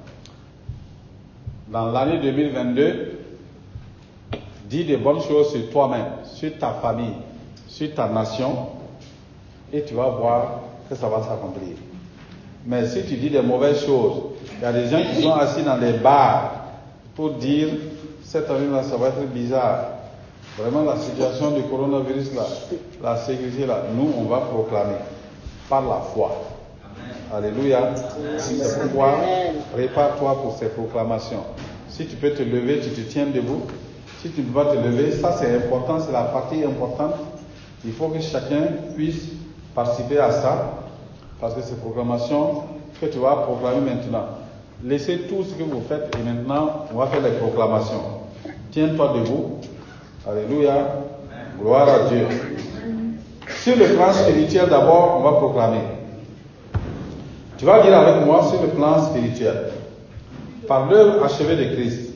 Speaker 1: Dans l'année 2022, dis des bonnes choses sur toi-même, sur ta famille, sur ta nation, et tu vas voir que ça va s'accomplir. Mais si tu dis des mauvaises choses, il y a des gens qui sont assis dans des bars pour dire cette année-là, ça va être bizarre. Vraiment, la situation du coronavirus, là, la sécurité, là, nous, on va proclamer par la foi. Amen. Alléluia. C'est pourquoi, prépare-toi pour ces proclamations. Si tu peux te lever, tu te tiens debout. Si tu ne peux pas te lever, ça c'est important, c'est la partie importante. Il faut que chacun puisse participer à ça. Parce que ces proclamations que tu vas proclamer maintenant, laissez tout ce que vous faites et maintenant on va faire les proclamations. Tiens-toi debout. Alléluia. Gloire à Dieu. Sur le plan spirituel d'abord, on va proclamer. Tu vas dire avec moi sur le plan spirituel. Par l'œuvre achevée de Christ,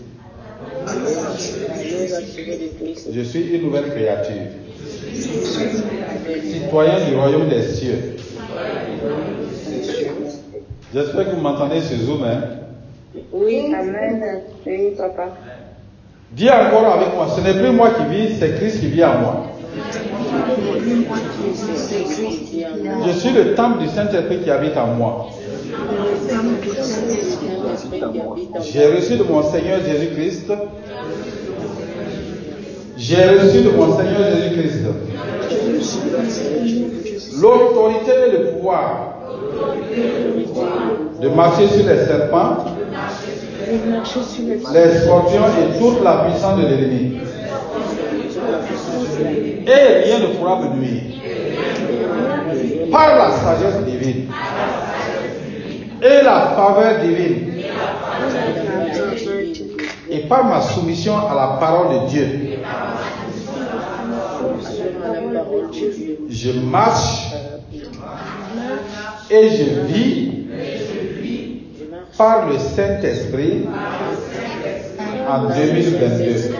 Speaker 1: je suis une nouvelle créature. Citoyen du royaume des cieux. J'espère que vous m'entendez sur Zoom, hein?
Speaker 2: Oui, amen. Oui, papa.
Speaker 1: Dis encore avec moi, ce n'est plus moi qui vis, c'est Christ qui vit en moi. Je suis le temple du Saint-Esprit qui habite en moi. J'ai reçu de mon Seigneur Jésus-Christ. J'ai reçu de mon Seigneur Jésus-Christ l'autorité et le pouvoir de marcher sur les serpents, les scorpions et toute la puissance de l'ennemi. Et rien ne pourra me nuire. Par la sagesse divine et la faveur divine et par ma soumission à la parole de Dieu, je marche et je vis par le Saint-Esprit en 2022.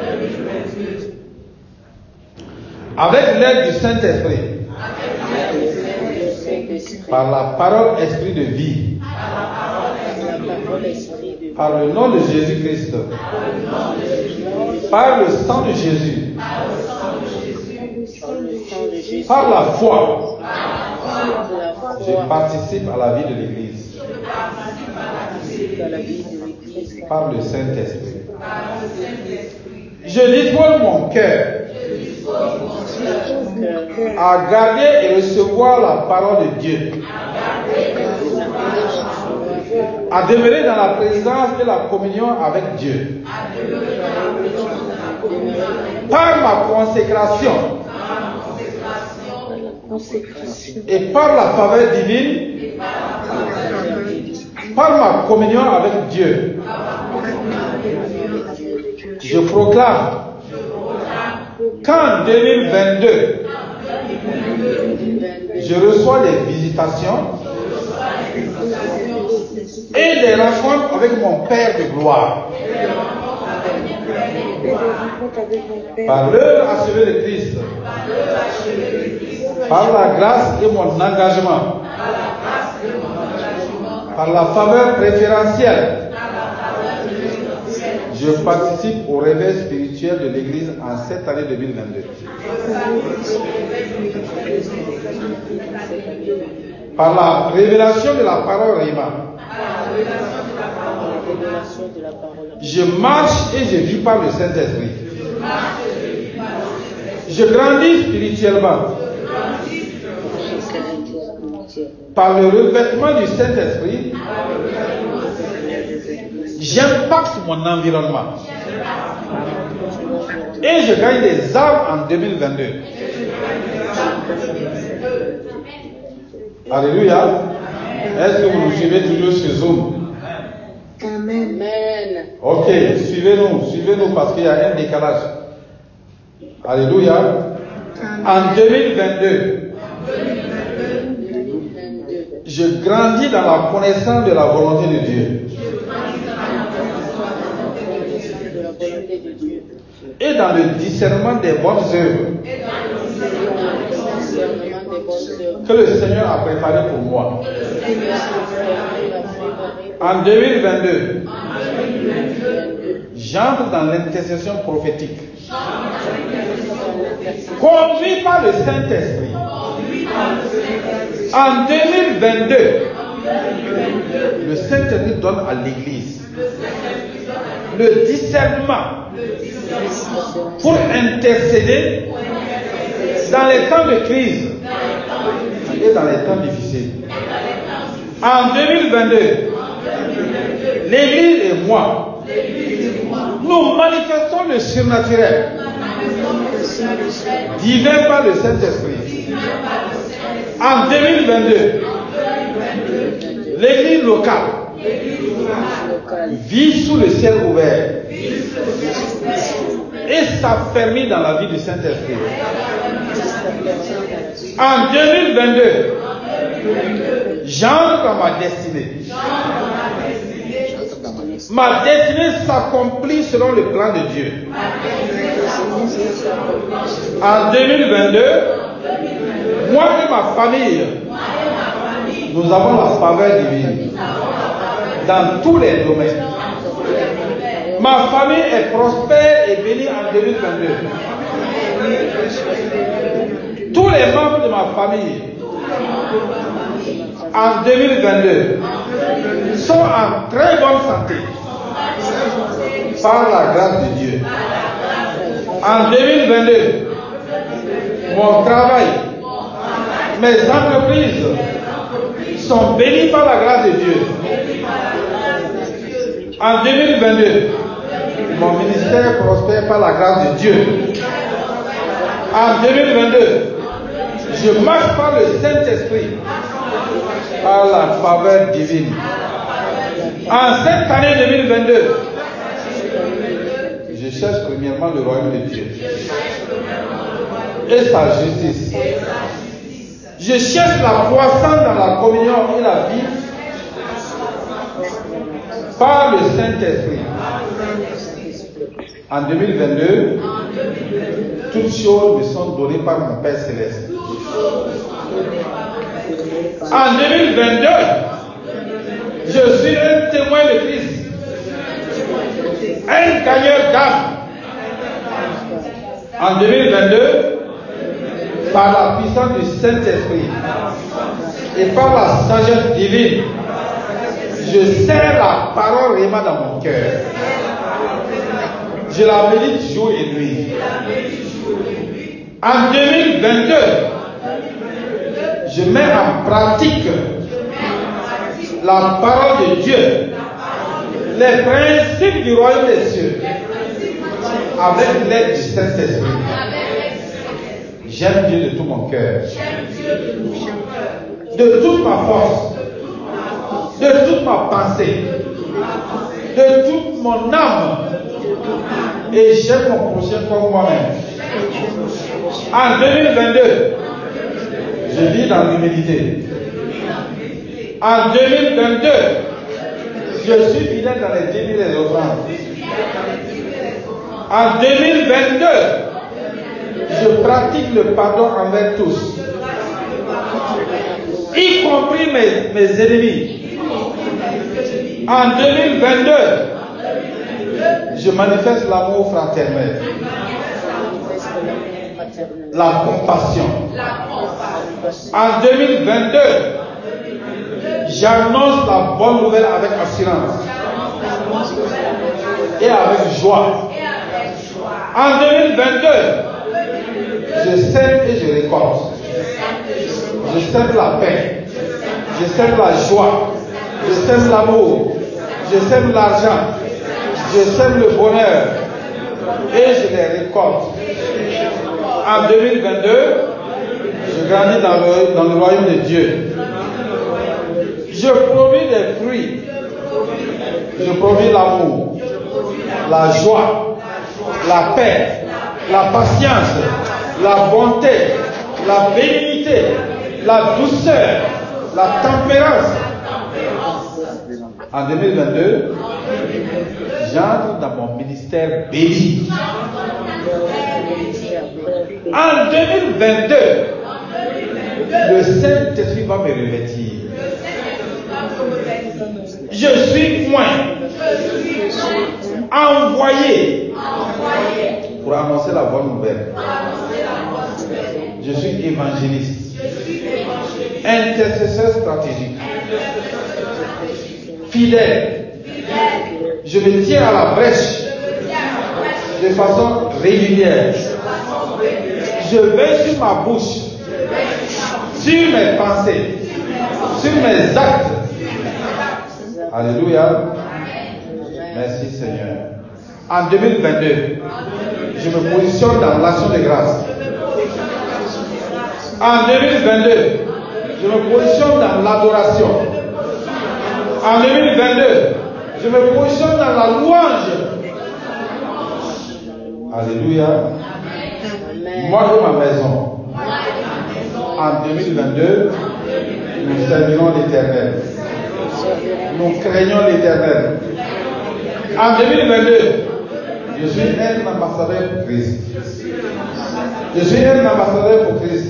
Speaker 1: Avec l'aide du Saint-Esprit, par la parole esprit de vie, par le nom de Jésus-Christ, par le sang de Jésus, par la foi, je participe à la vie de l'Église. Par le Saint-Esprit. Je dispose mon cœur à garder et recevoir la parole de Dieu, à demeurer dans la présence et la communion avec Dieu. Par ma consécration et par la faveur divine, par ma communion avec Dieu, je proclame qu'en 2022, je reçois des visitations et des rencontres avec mon Père de gloire. Par l'œuvre achevée de Christ, par la grâce et mon engagement, par la faveur préférentielle, je participe au réveil spirituel de l'Église en cette année 2022. Par la révélation de la parole Rima, je marche et je vis par le Saint-Esprit. Je grandis spirituellement. Par le revêtement du Saint-Esprit, j'impacte mon environnement. Et je gagne des âmes en 2022. Alléluia. Est-ce que vous nous suivez toujours sur Zoom?
Speaker 2: Amen.
Speaker 1: Ok, suivez-nous parce qu'il y a un décalage. Alléluia. En 2022, je grandis dans la connaissance de la volonté de Dieu. Et dans le discernement des bonnes œuvres que le Seigneur a préparé pour moi. En 2022, j'entre dans l'intercession prophétique. Conduit par le Saint-Esprit. En 2022, le Saint-Esprit donne à l'Église le discernement pour intercéder dans les temps de crise et dans les temps difficiles. En 2022, l'Église et moi, nous manifestons le surnaturel divin par le Saint-Esprit. En 2022, l'Église locale vit sous le ciel ouvert et s'affermit dans la vie du Saint-Esprit. En 2022, j'entre dans ma destinée. Ma destinée s'accomplit selon le plan de Dieu. En 2022, moi et ma famille, nous avons la faveur divine dans tous les domaines. Ma famille est prospère et bénie en 2022. Tous les membres de ma famille en 2022 sont en très bonne santé par la grâce de Dieu. En 2022, mon travail, mes entreprises sont bénies par la grâce de Dieu. En 2022, mon ministère prospère par la grâce de Dieu. En 2022, je marche par le Saint-Esprit, par la faveur divine. En cette année 2022, je cherche premièrement le royaume de Dieu et sa justice. Je cherche la croissance dans la communion et la vie par le Saint-Esprit. En 2022, toutes choses me sont données par mon Père Céleste. En 2022, je suis un témoin de Christ, un gagneur d'âme. En 2022, par la puissance du Saint-Esprit et par la sagesse divine, je serre la parole Rima dans mon cœur. Je la médite jour et nuit. En 2022, je mets en pratique la parole de Dieu, les principes du royaume des cieux, avec l'aide du Saint-Esprit. J'aime Dieu de tout mon cœur, de toute ma force, de toute ma pensée, de toute mon âme, et j'aime mon prochain comme moi-même. En 2022, je vis dans l'humilité. En 2022, je suis fidèle dans les dîmes et les offrandes. En 2022, je pratique le pardon envers tous, y compris mes ennemis. En 2022, je manifeste l'amour fraternel, la compassion. En 2022, j'annonce la bonne nouvelle avec assurance et avec joie. En 2022, je sème et je récolte. Je sème la paix, je sème la joie, je sème l'amour, je sème l'argent, je sème le bonheur et je les récolte. En 2022, je grandis dans le royaume de Dieu. Je produis des fruits. Je produis l'amour, la joie, la paix, la patience, la bonté, la bénignité, la douceur, la tempérance. En 2022, j'entre dans mon ministère béni. En 2022, le Saint-Esprit va me revêtir. Je suis envoyé pour annoncer la bonne nouvelle. Je suis évangéliste, intercesseur stratégique, fidèle. Je me tiens à la brèche de façon régulière. Je veille sur ma bouche, sur mes pensées, sur mes actes. Alléluia. Merci Seigneur. En 2022, je me positionne dans l'action de grâce. En 2022, je me positionne dans l'adoration. En 2022, je me positionne dans la louange. Alléluia. Moi et ma maison. En 2022, nous servirons l'Éternel. Nous craignons l'Éternel. En 2022, je suis un ambassadeur pour Christ. Je suis un ambassadeur pour Christ.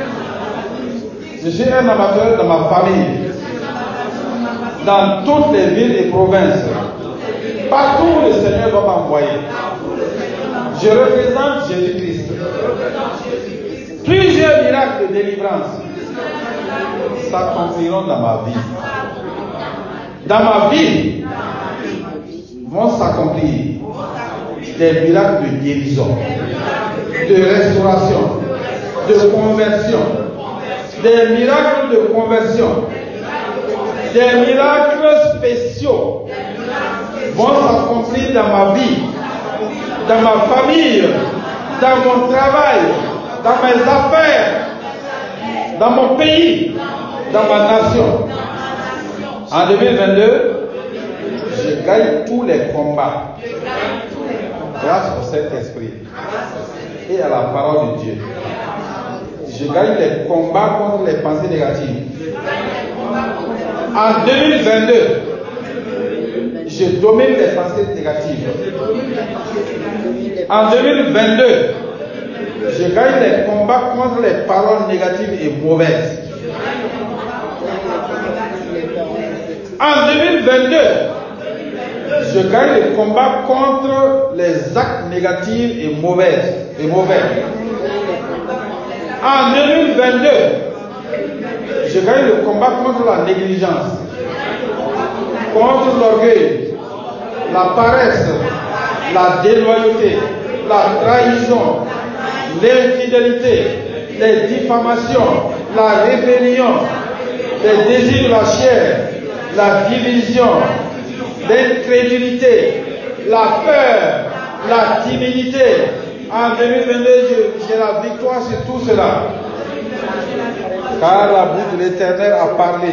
Speaker 1: Je suis un ambassadeur dans ma famille, dans toutes les villes et provinces. Partout où le Seigneur va m'envoyer, je représente Jésus-Christ. Plusieurs miracles de délivrance s'accompliront dans ma vie. Dans ma vie vont s'accomplir des miracles de guérison, de restauration, de conversion, des miracles de conversion, des miracles spéciaux vont s'accomplir dans ma vie, dans ma famille, dans mon travail, dans mes affaires, dans mon pays, dans ma nation. En 2022, je gagne tous les combats grâce au Saint-Esprit et à la parole de Dieu. Je gagne les combats contre les pensées négatives. En 2022, je domine les pensées négatives. En 2022, je gagne les combats contre les paroles négatives et mauvaises. En 2022, je gagne le combat contre les actes négatifs et mauvais. En 2022, je gagne le combat contre la négligence, contre l'orgueil, la paresse, la déloyauté, la trahison, l'infidélité, les diffamations, la rébellion, les désirs de la chair, la division, l'incrédulité, la peur, la timidité. En 2022, j'ai la victoire sur tout cela. Car la bouche de l'Éternel a parlé.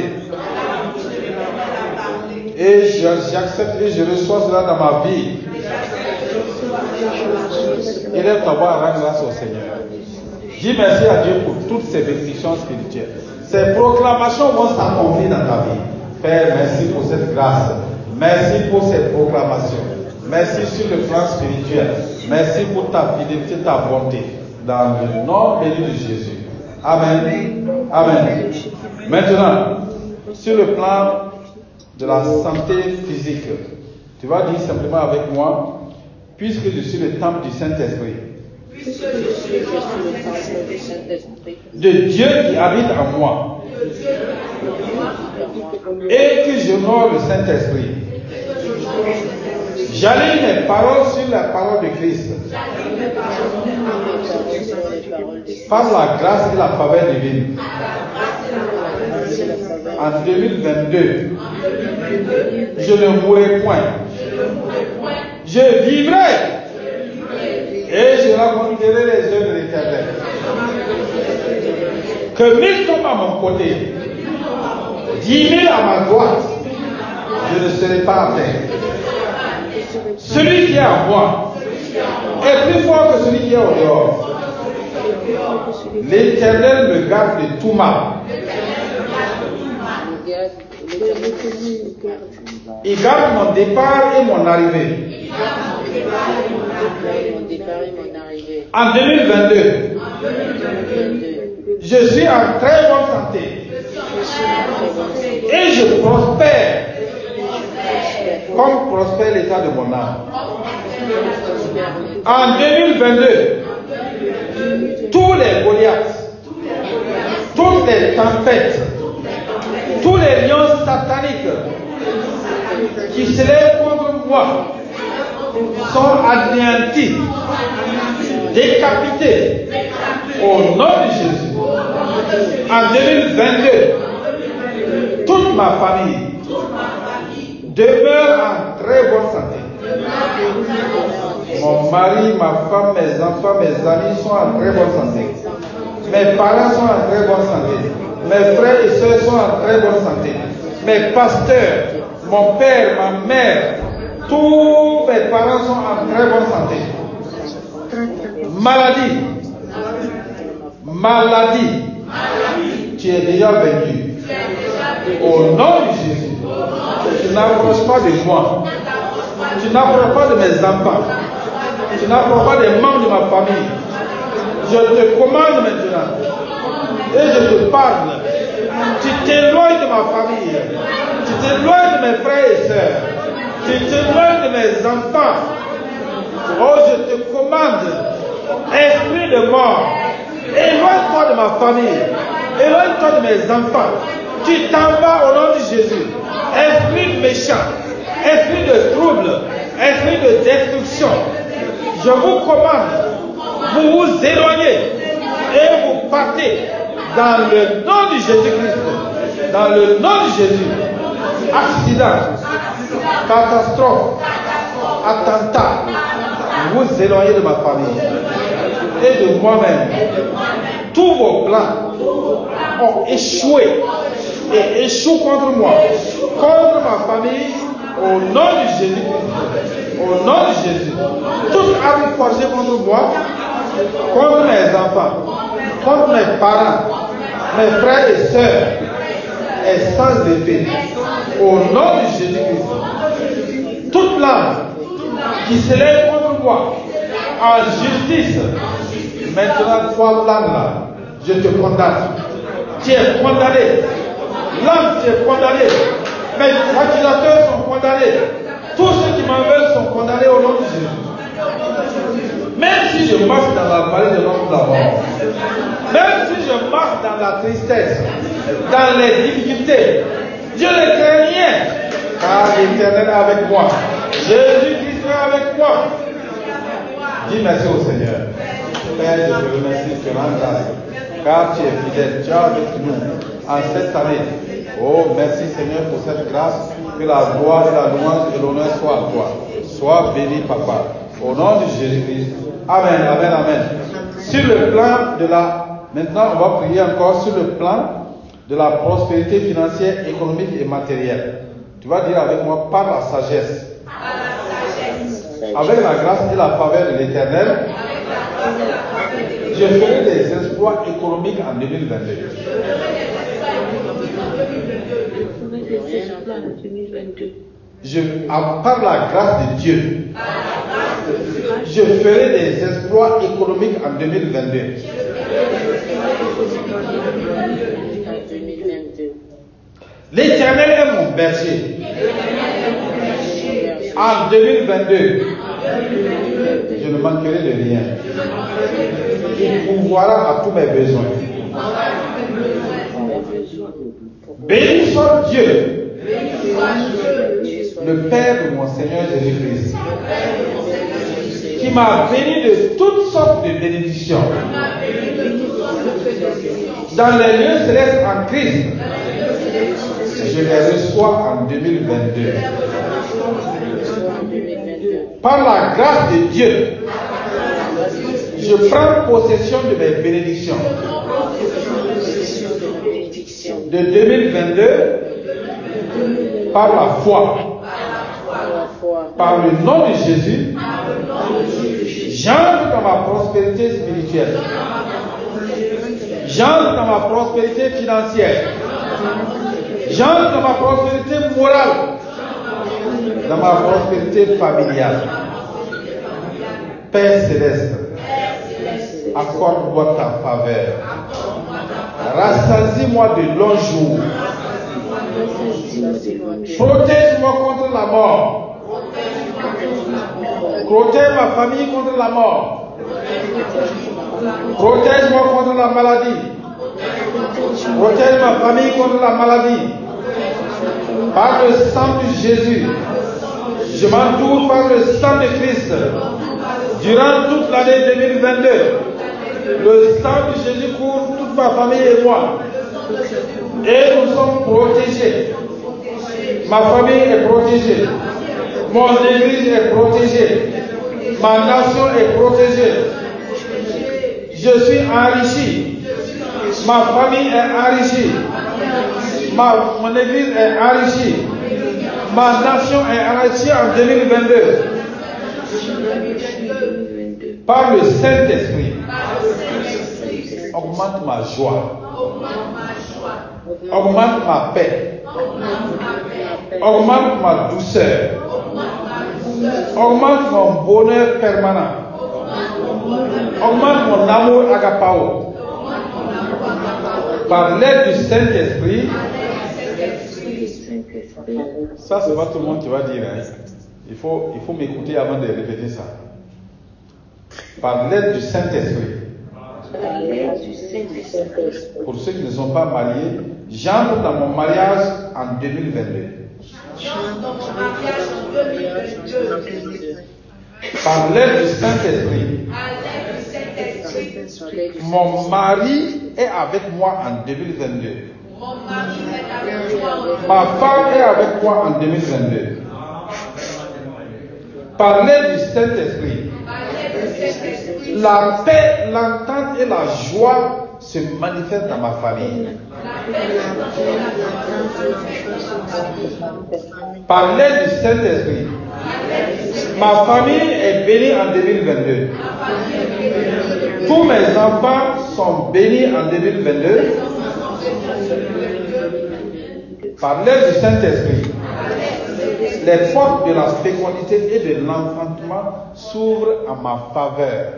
Speaker 1: Et j'accepte et je reçois cela dans ma vie. Élève ta voix, rends grâce au Seigneur. Dis merci à Dieu pour toutes ces bénédictions spirituelles. Ces proclamations vont s'accomplir dans ta vie. Père, merci pour cette grâce. Merci pour ces proclamations. Merci sur le plan spirituel. Merci pour ta fidélité, ta bonté. Dans le nom béni de Jésus. Amen. Amen. Maintenant, sur le plan de la santé physique, tu vas dire simplement avec moi, puisque je suis le temple du Saint-Esprit. De Dieu qui habite en moi. Et que j'honore le Saint-Esprit. J'aligne mes paroles sur la parole de Christ. Par la grâce et la faveur divine. En 2022, je ne mourrai point. Je vivrai. Et je raconterai les œuvres de l'Éternel. Que 1000 tombent à mon côté, 10 000 à ma droite, je ne serai pas atteint. Celui qui est en moi est plus fort que celui qui est au dehors. L'Éternel me garde de tout mal. Il garde mon départ et mon arrivée. En 2022, je suis en très bonne santé. Et je prospère comme prospère l'état de mon âme. En 2022, tous les Goliaths, toutes les tempêtes, tous les lions sataniques qui se lèvent contre moi sont anéantis, décapités au nom de Jésus. En 2022, toute ma famille demeure en très bonne santé. Mon mari, ma femme, mes enfants, mes amis sont en très bonne santé. Mes parents sont en très bonne santé. Mes frères et sœurs sont en très bonne santé. Mes pasteurs, mon père, ma mère, tous mes parents sont en très bonne santé. Maladie, tu es déjà vaincu. Au nom de Jésus, tu n'approches pas de moi. Tu n'approches pas de mes enfants. Tu n'approches pas des membres de ma famille. Je te commande maintenant. Et je te parle. Tu t'éloignes de ma famille. Tu t'éloignes de mes frères et sœurs. Tu t'éloignes de mes enfants. Oh, je te commande. Esprit de mort. Éloigne-toi de ma famille. Éloigne-toi de mes enfants. Tu t'en vas au nom de Jésus. Esprit méchant. Esprit de trouble. Esprit de destruction. Je vous commande. Vous vous éloignez. Et vous partez. Dans le nom de Jésus-Christ. Dans le nom de Jésus. Accident. Catastrophe. Attentat. Vous vous éloignez de ma famille. Et de moi-même. Tous vos plans ont échoué. Et échouent contre moi. Contre ma famille. Au nom de Jésus-Christ. Au nom de Jésus. Toute arme forgée contre moi. Contre mes enfants. Contre mes parents. Mes frères et sœurs. Est sans effet. Au nom de Jésus-Christ. Toute l'âme qui se lève contre moi. En justice. Maintenant, toi, l'âme là. Je te condamne. Tu es condamné. L'âme, tu es condamné. Mes accusateurs sont condamnés. Tous ceux qui m'en veulent sont condamnés au nom de Jésus. Même si je marche dans la vallée de l'ombre de la mort, même si je marche dans la tristesse, dans les difficultés, je ne crains rien, car l'Éternel est avec moi. Jésus-Christ est avec moi. Dis merci au Seigneur. Père, je te remercie, je te rends grâce, car tu es fidèle, tu es avec nous en cette année. Oh, merci Seigneur pour cette grâce. Que la gloire et la louange et l'honneur soient à toi. Sois béni, Papa. Au nom de Jésus-Christ. Amen, amen, amen. Sur le plan de la... Maintenant, on va prier encore sur le plan de la prospérité financière, économique et matérielle. Tu vas dire avec moi, par la sagesse. Avec la grâce et la faveur de l'Éternel, Je ferai des exploits économiques en 2022. Par la grâce de Dieu, je ferai des exploits économiques en 2022. L'Éternel est mon berger. En 2022, je ne manquerai de rien. Il pourvoira à tous mes besoins. Béni soit Dieu, le Père de mon Seigneur Jésus-Christ, qui m'a béni de toutes sortes de bénédictions dans les lieux célestes en Christ. Je les reçois en 2022. Par la grâce de Dieu, je prends possession de mes bénédictions de 2022 par la foi. Par le nom de Jésus, j'entre dans ma prospérité spirituelle. J'entre dans ma prospérité financière. J'entre dans ma prospérité morale. Dans ma prospérité familiale. Père céleste, accorde-moi ta faveur. Rassasie-moi de longs jours. Protège-moi contre la mort. Protège ma famille contre la mort. Protège-moi contre la maladie. Protège ma famille contre la maladie. Par le sang de Jésus, je m'entoure par le sang de Christ. Durant toute l'année 2022, le sang de Jésus couvre toute ma famille et moi. Et nous sommes protégés. Ma famille est protégée. Mon église est protégée. Ma nation est protégée. Je suis enrichi. Ma famille est enrichie. Mon église est enrichie. Ma nation est enrichie en 2022. Par le Saint-Esprit. Augmente ma joie. Augmente ma paix. Augmente ma douceur. Augmente mon bonheur permanent. Augmente mon amour agapao. Par l'aide du Saint-Esprit. Ça, c'est pas tout le monde qui va dire. Hein. Il faut m'écouter avant de répéter ça. Par l'aide du Saint-Esprit. Pour ceux qui ne sont pas mariés, j'entre dans mon mariage en 2022. Par l'aide du Saint-Esprit. Mon mari est avec moi en 2022. Ma femme est avec moi en 2022. Par l'aide du Saint-Esprit. La paix, l'entente et la joie se manifestent dans ma famille. Par l'aide du Saint-Esprit, ma famille est bénie en 2022. Tous mes enfants sont bénis en 2022. Par l'aide du Saint-Esprit, les portes de la fécondité et de l'enfantement s'ouvrent à ma faveur.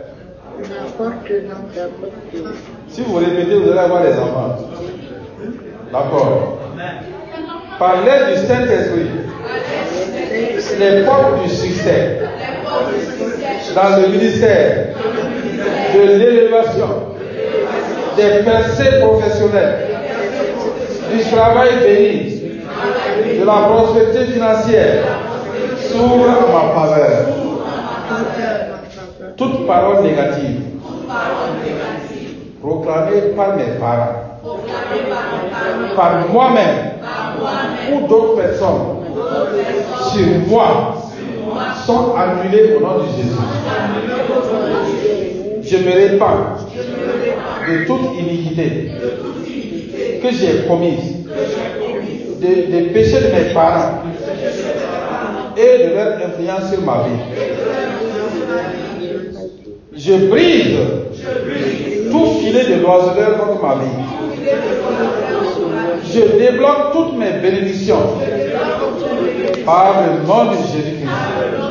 Speaker 1: Si vous répétez, vous allez avoir des enfants. D'accord. Par l'aide du Saint-Esprit, les portes du succès dans le ministère, de l'élévation, des percées professionnelles, du travail béni, de la prospérité financière, s'ouvre à ma faveur. Toute parole négative proclamée par mes parents, par moi-même ou d'autres personnes sur moi sont annulées au nom de Jésus. Je me répands de toute iniquité que j'ai commise, des péchés de mes parents et de leur influence sur ma vie. Je brise tout filet de l'oiseleur contre ma vie. Je débloque toutes mes bénédictions par le nom de Jésus-Christ.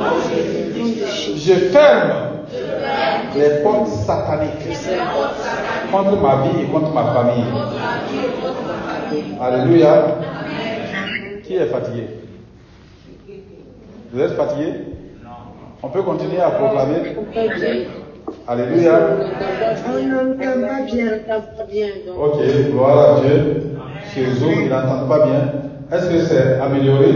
Speaker 1: Je ferme les portes sataniques contre ma vie et contre ma famille. Alléluia. Qui est fatigué? Vous êtes fatigué? On peut continuer à proclamer? Alléluia.
Speaker 2: On n'entend pas bien.
Speaker 1: Ok, gloire à Dieu. Chez Zoom, ils n'entendent pas bien. Est-ce que c'est amélioré?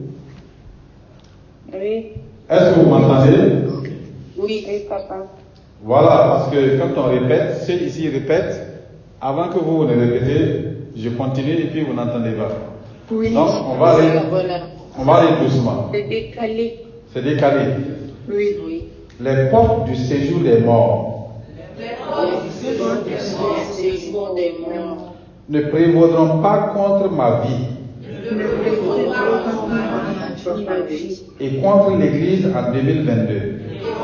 Speaker 3: Oui.
Speaker 1: Est-ce que vous m'entendez?
Speaker 3: Oui, papa.
Speaker 1: Voilà, parce que quand on répète, ceux ici répètent, avant que vous ne répétez, je continue et puis vous n'entendez pas.
Speaker 2: Oui.
Speaker 1: Donc, on va aller doucement.
Speaker 3: C'est décalé.
Speaker 1: C'est décalé.
Speaker 2: Oui.
Speaker 1: Les portes du séjour des morts
Speaker 3: Séjour des morts.
Speaker 1: ne prévaudront pas contre ma vie et contre l'Église en 2022.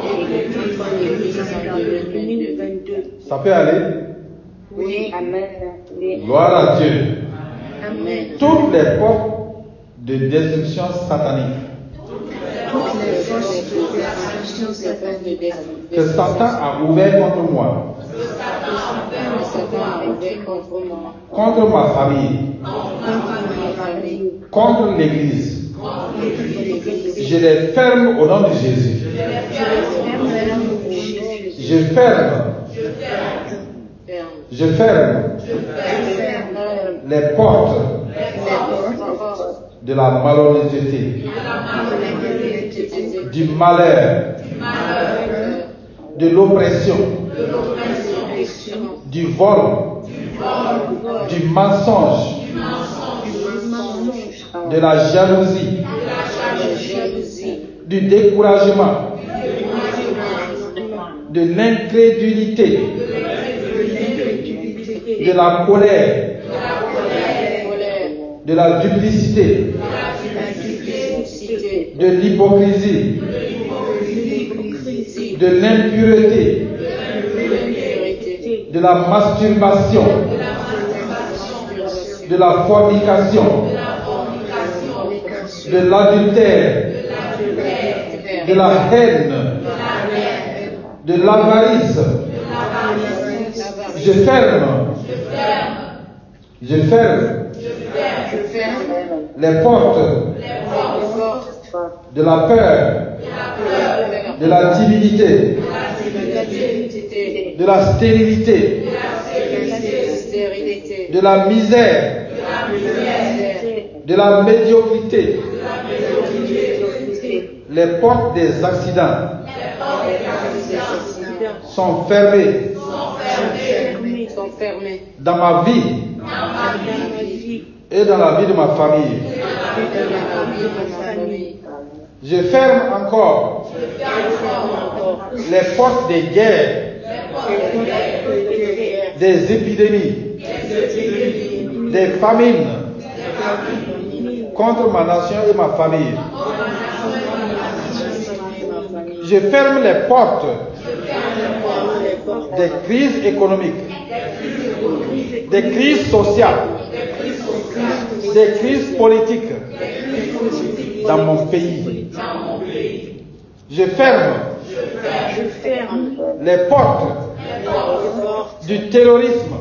Speaker 1: Ça peut aller?
Speaker 3: Oui, amen. Oui.
Speaker 1: Gloire à Dieu.
Speaker 3: Amen.
Speaker 1: Toutes les portes de destruction satanique que Satan a ouvertes contre moi, contre ma famille, contre l'Église, je les ferme au nom de Jésus. Je ferme les portes de la malhonnêteté, du malheur, de l'oppression, du vol, du mensonge, de la jalousie, du découragement, de l'incrédulité, de la colère, de la duplicité, de l'hypocrisie, de l'impureté, de la masturbation, de la fornication, de l'adultère, de la haine, de l'avarice. Je ferme les portes de la peur, de la timidité, de la stérilité, de la misère, de la médiocrité, les portes des accidents sont fermées dans ma vie et dans la vie de ma famille. Je ferme encore les portes des guerres, des épidémies, des famines contre ma nation et ma famille. Je ferme les portes des crises économiques, des crises sociales, des crises politiques dans mon pays. Je ferme les portes du terrorisme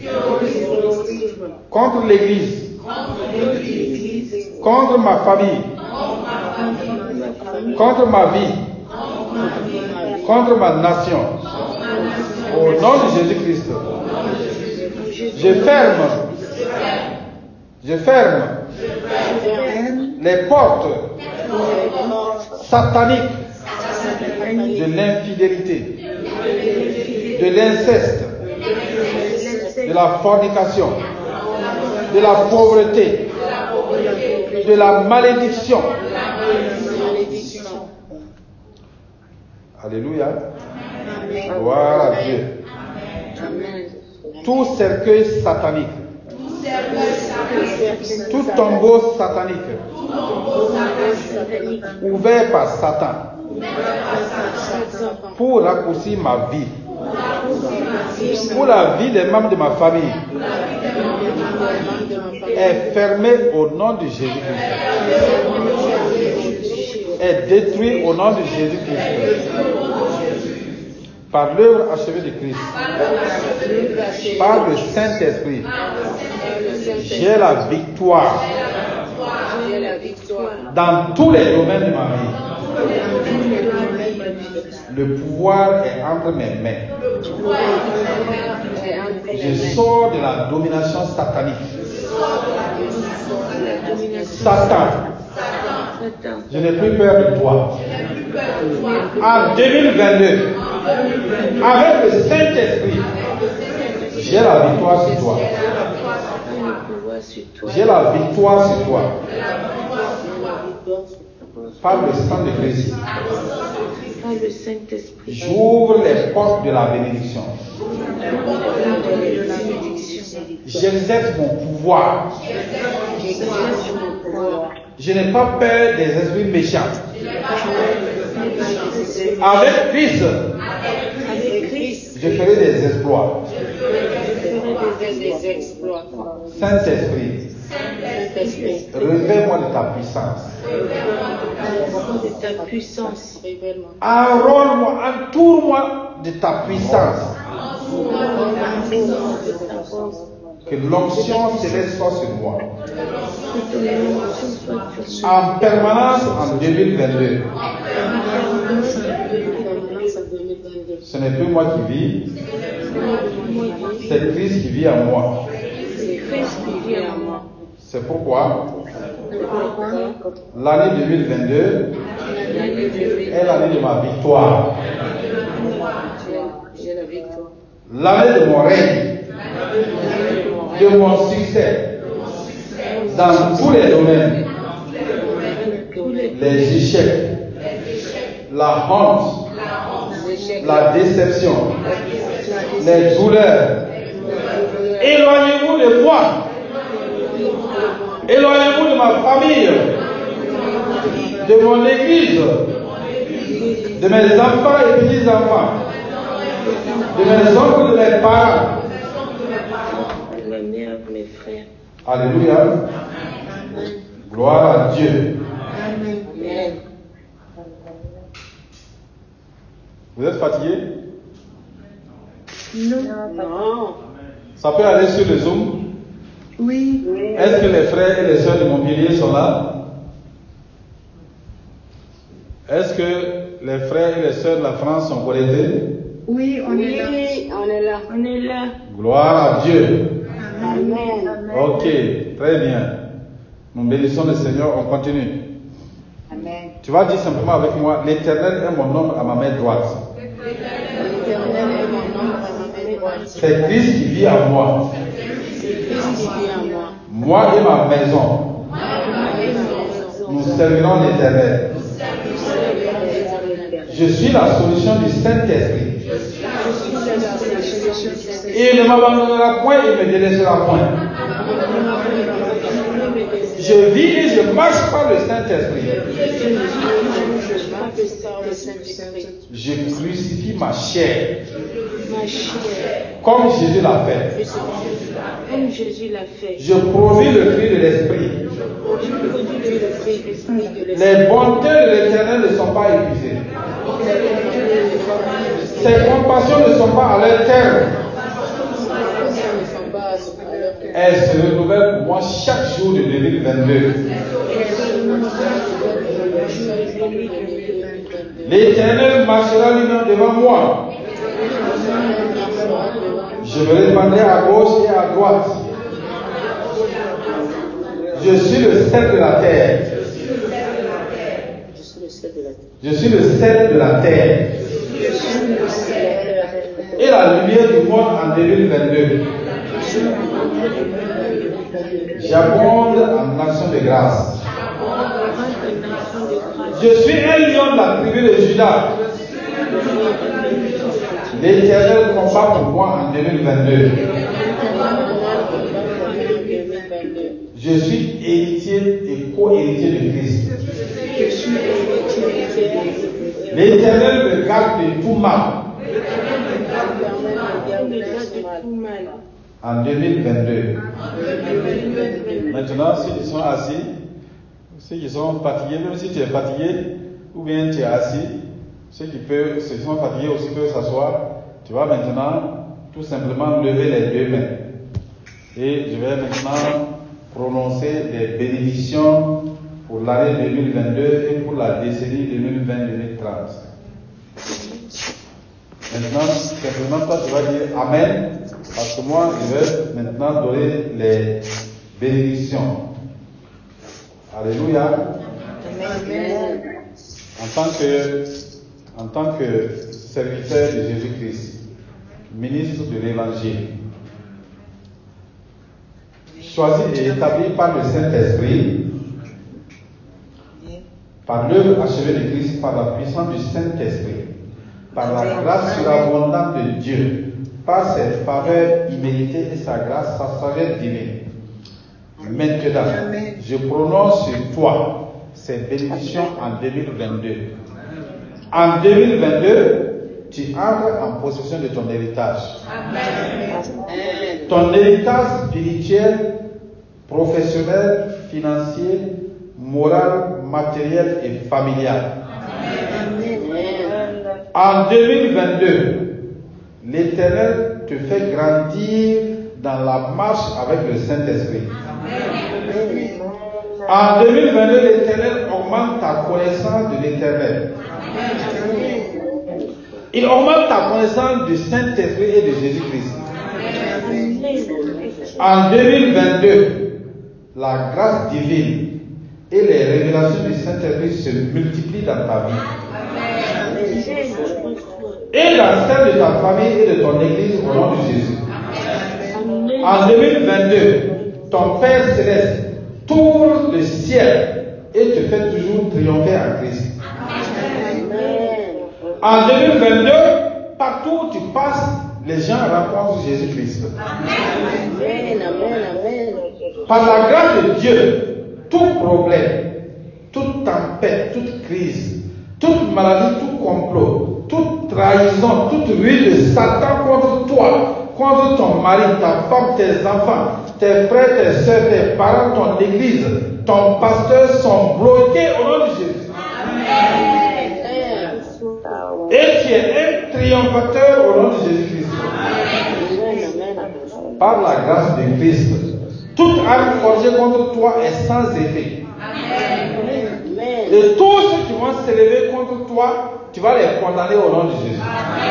Speaker 1: contre l'Église, contre ma famille, contre ma vie, contre ma nation. Au nom de Jésus-Christ, je ferme les portes sataniques de l'infidélité, de l'inceste, de la fornication, de la pauvreté, de la malédiction. Alléluia. Gloire à Dieu. Tout cercueil satanique, tout tombeau satanique ouvert par Satan pour raccourcir ma vie où la vie des membres de ma famille est fermée au nom de Jésus-Christ, est détruite au nom de Jésus-Christ, par l'œuvre achevée de Christ, par le Saint-Esprit. J'ai la victoire dans tous les domaines de ma vie. Le pouvoir est entre mes mains. Je sors de la domination satanique. Satan, je n'ai plus peur de toi. En 2022, avec le Saint-Esprit, j'ai la victoire sur toi. J'ai la victoire sur toi. Par le sang de Christ. J'ouvre les portes de la bénédiction. J'exerce mon pouvoir. Je n'ai pas peur des esprits méchants. Avec Christ, je ferai des exploits. Saint-Esprit, révèle-moi de ta puissance. Enrôle-moi, entoure-moi de ta puissance. Que l'onction céleste soit sur moi. En permanence en 2022. Ce n'est plus moi qui vis, c'est Christ qui vit en moi. C'est pourquoi l'année 2022 est l'année de ma victoire. L'année de mon règne, de mon succès, dans tous les domaines. Les échecs, la honte, la déception, les douleurs. Éloignez-vous de moi. Éloignez-vous de ma famille, de mon église, de mes enfants et petits-enfants, de mes oncles, de mes parents.
Speaker 3: Mes frères.
Speaker 1: Alléluia. Gloire à Dieu.
Speaker 3: Amen.
Speaker 1: Vous êtes fatigué?
Speaker 3: Non.
Speaker 1: Ça peut aller sur le Zoom?
Speaker 2: Oui.
Speaker 1: Est-ce que les frères et les sœurs de Montpellier sont là? Est-ce que les frères et les sœurs de la France sont connectés?
Speaker 2: Oui, on est là.
Speaker 3: On est là.
Speaker 1: Gloire à Dieu.
Speaker 3: Amen.
Speaker 1: Ok, très bien. Nous bénissons le Seigneur, on continue.
Speaker 3: Amen.
Speaker 1: Tu vas dire simplement avec moi, l'Éternel est mon nom à ma main droite. C'est Christ qui vit en moi. Moi et ma maison, nous servirons l'Éternel. Je suis la solution du Saint-Esprit. Il ne m'abandonnera point, il ne me délaissera point. Je vis et je marche par le Saint-Esprit. Je crucifie ma chair. Comme Jésus l'a fait. Je produis le fruit de l'Esprit. Les bontés de l'Éternel ne sont pas épuisées. Ses compassions ne sont pas à leur terme. Elles se renouvellent pour moi chaque jour de 2022. L'Éternel marchera lui-même devant moi. Je me répandrai à gauche et à droite. Je suis le sel de la terre. Je suis le sel de la terre. Et la lumière du monde en 2022. J'abonde en action de grâce. Je suis un lion de la tribu de Judas. L'Éternel combat pour moi en 2022. Je suis héritier et co-héritier de Christ. L'Éternel me garde de tout mal. en 2022. Maintenant, ceux qui sont assis, ceux qui sont fatigués, même si tu es fatigué ou bien tu es assis, ceux qui sont fatigués aussi peuvent s'asseoir. Tu vas maintenant tout simplement lever les deux mains. Et je vais maintenant prononcer des bénédictions pour l'année 2022 et pour la décennie 2020-2030. Maintenant, simplement toi tu vas dire Amen, parce que moi je vais maintenant donner les bénédictions. Alléluia.
Speaker 3: Amen.
Speaker 1: En tant que serviteur de Jésus-Christ, ministre de l'Évangile, choisi et établi par le Saint-Esprit, par l'œuvre achevée de Christ, par la puissance du Saint-Esprit, par la grâce surabondante de Dieu, par ses faveurs imméritées et sa grâce, sa sagesse divine. Maintenant, je prononce sur toi ces bénédictions en 2022. En 2022, tu entres en possession de ton héritage. Ton héritage spirituel, professionnel, financier, moral, matériel et familial. En 2022, l'Éternel te fait grandir dans la marche avec le Saint-Esprit. En 2022, l'Éternel augmente ta connaissance de l'Éternel. Il augmente ta connaissance du Saint-Esprit et de Jésus-Christ. En 2022, la grâce divine et les révélations du Saint-Esprit se multiplient dans ta vie. Et dans celle de ta famille et de ton église au nom de Jésus. En 2022, ton Père Céleste tourne le ciel et te fait toujours triompher en Christ. En 2022, partout où tu passes, les gens rencontrent Jésus-Christ. Par la grâce de Dieu, tout problème, toute tempête, toute crise, toute maladie, tout complot, toute trahison, toute ruine de Satan contre toi, contre ton mari, ta femme, tes enfants, tes frères, tes soeurs, tes parents, ton église, ton pasteur sont bloqués au nom de Jésus. Et tu es un triomphateur au nom de Jésus-Christ. Par la grâce de Christ, toute arme forgée contre toi est sans effet. Et tous ceux qui vont s'élever contre toi, tu vas les condamner au nom de Jésus.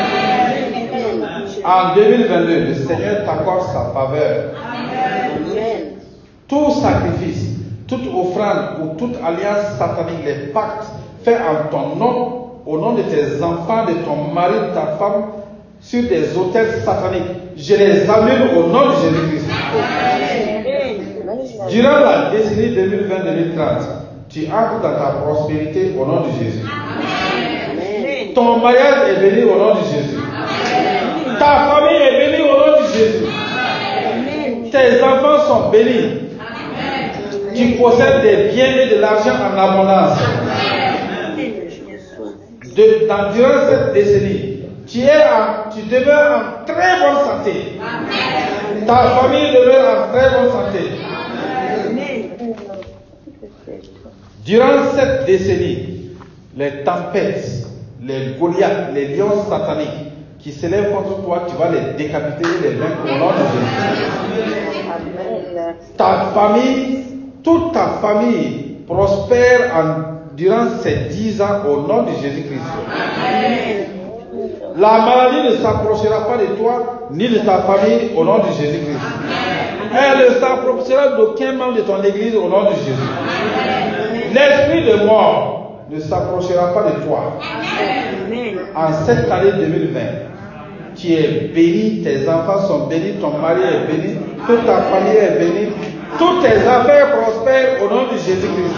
Speaker 1: En 2022, le Seigneur t'accorde sa faveur. Tout sacrifice, toute offrande ou toute alliance satanique, les pactes faits en ton nom, au nom de tes enfants, de ton mari, de ta femme, sur des autels sataniques, je les annule au nom de Jésus-Christ. Durant la décennie 2020-2030, tu entres dans ta prospérité au nom de Jésus. Ton mariage est béni au nom de Jésus. Ta famille est bénie au nom de Jésus. Tes enfants sont bénis. Tu possèdes des biens et de l'argent en abondance. Durant cette décennie, tu demeures en très bonne santé. Ta famille demeure en très bonne santé. Durant cette décennie, les tempêtes, les Goliaths, les lions sataniques qui s'élèvent contre toi, tu vas les décapiter et les vaincre au nom de Jésus. Ta famille, toute ta famille prospère durant ces 10 ans au nom de Jésus-Christ. La maladie ne s'approchera pas de toi ni de ta famille au nom de Jésus-Christ. Elle ne s'approchera d'aucun membre de ton église au nom de Jésus. L'esprit de mort ne s'approchera pas de toi. En cette année 2020, tu es béni, tes enfants sont bénis, ton mari est béni, toute ta famille est bénie, toutes tes affaires prospèrent au nom de Jésus-Christ.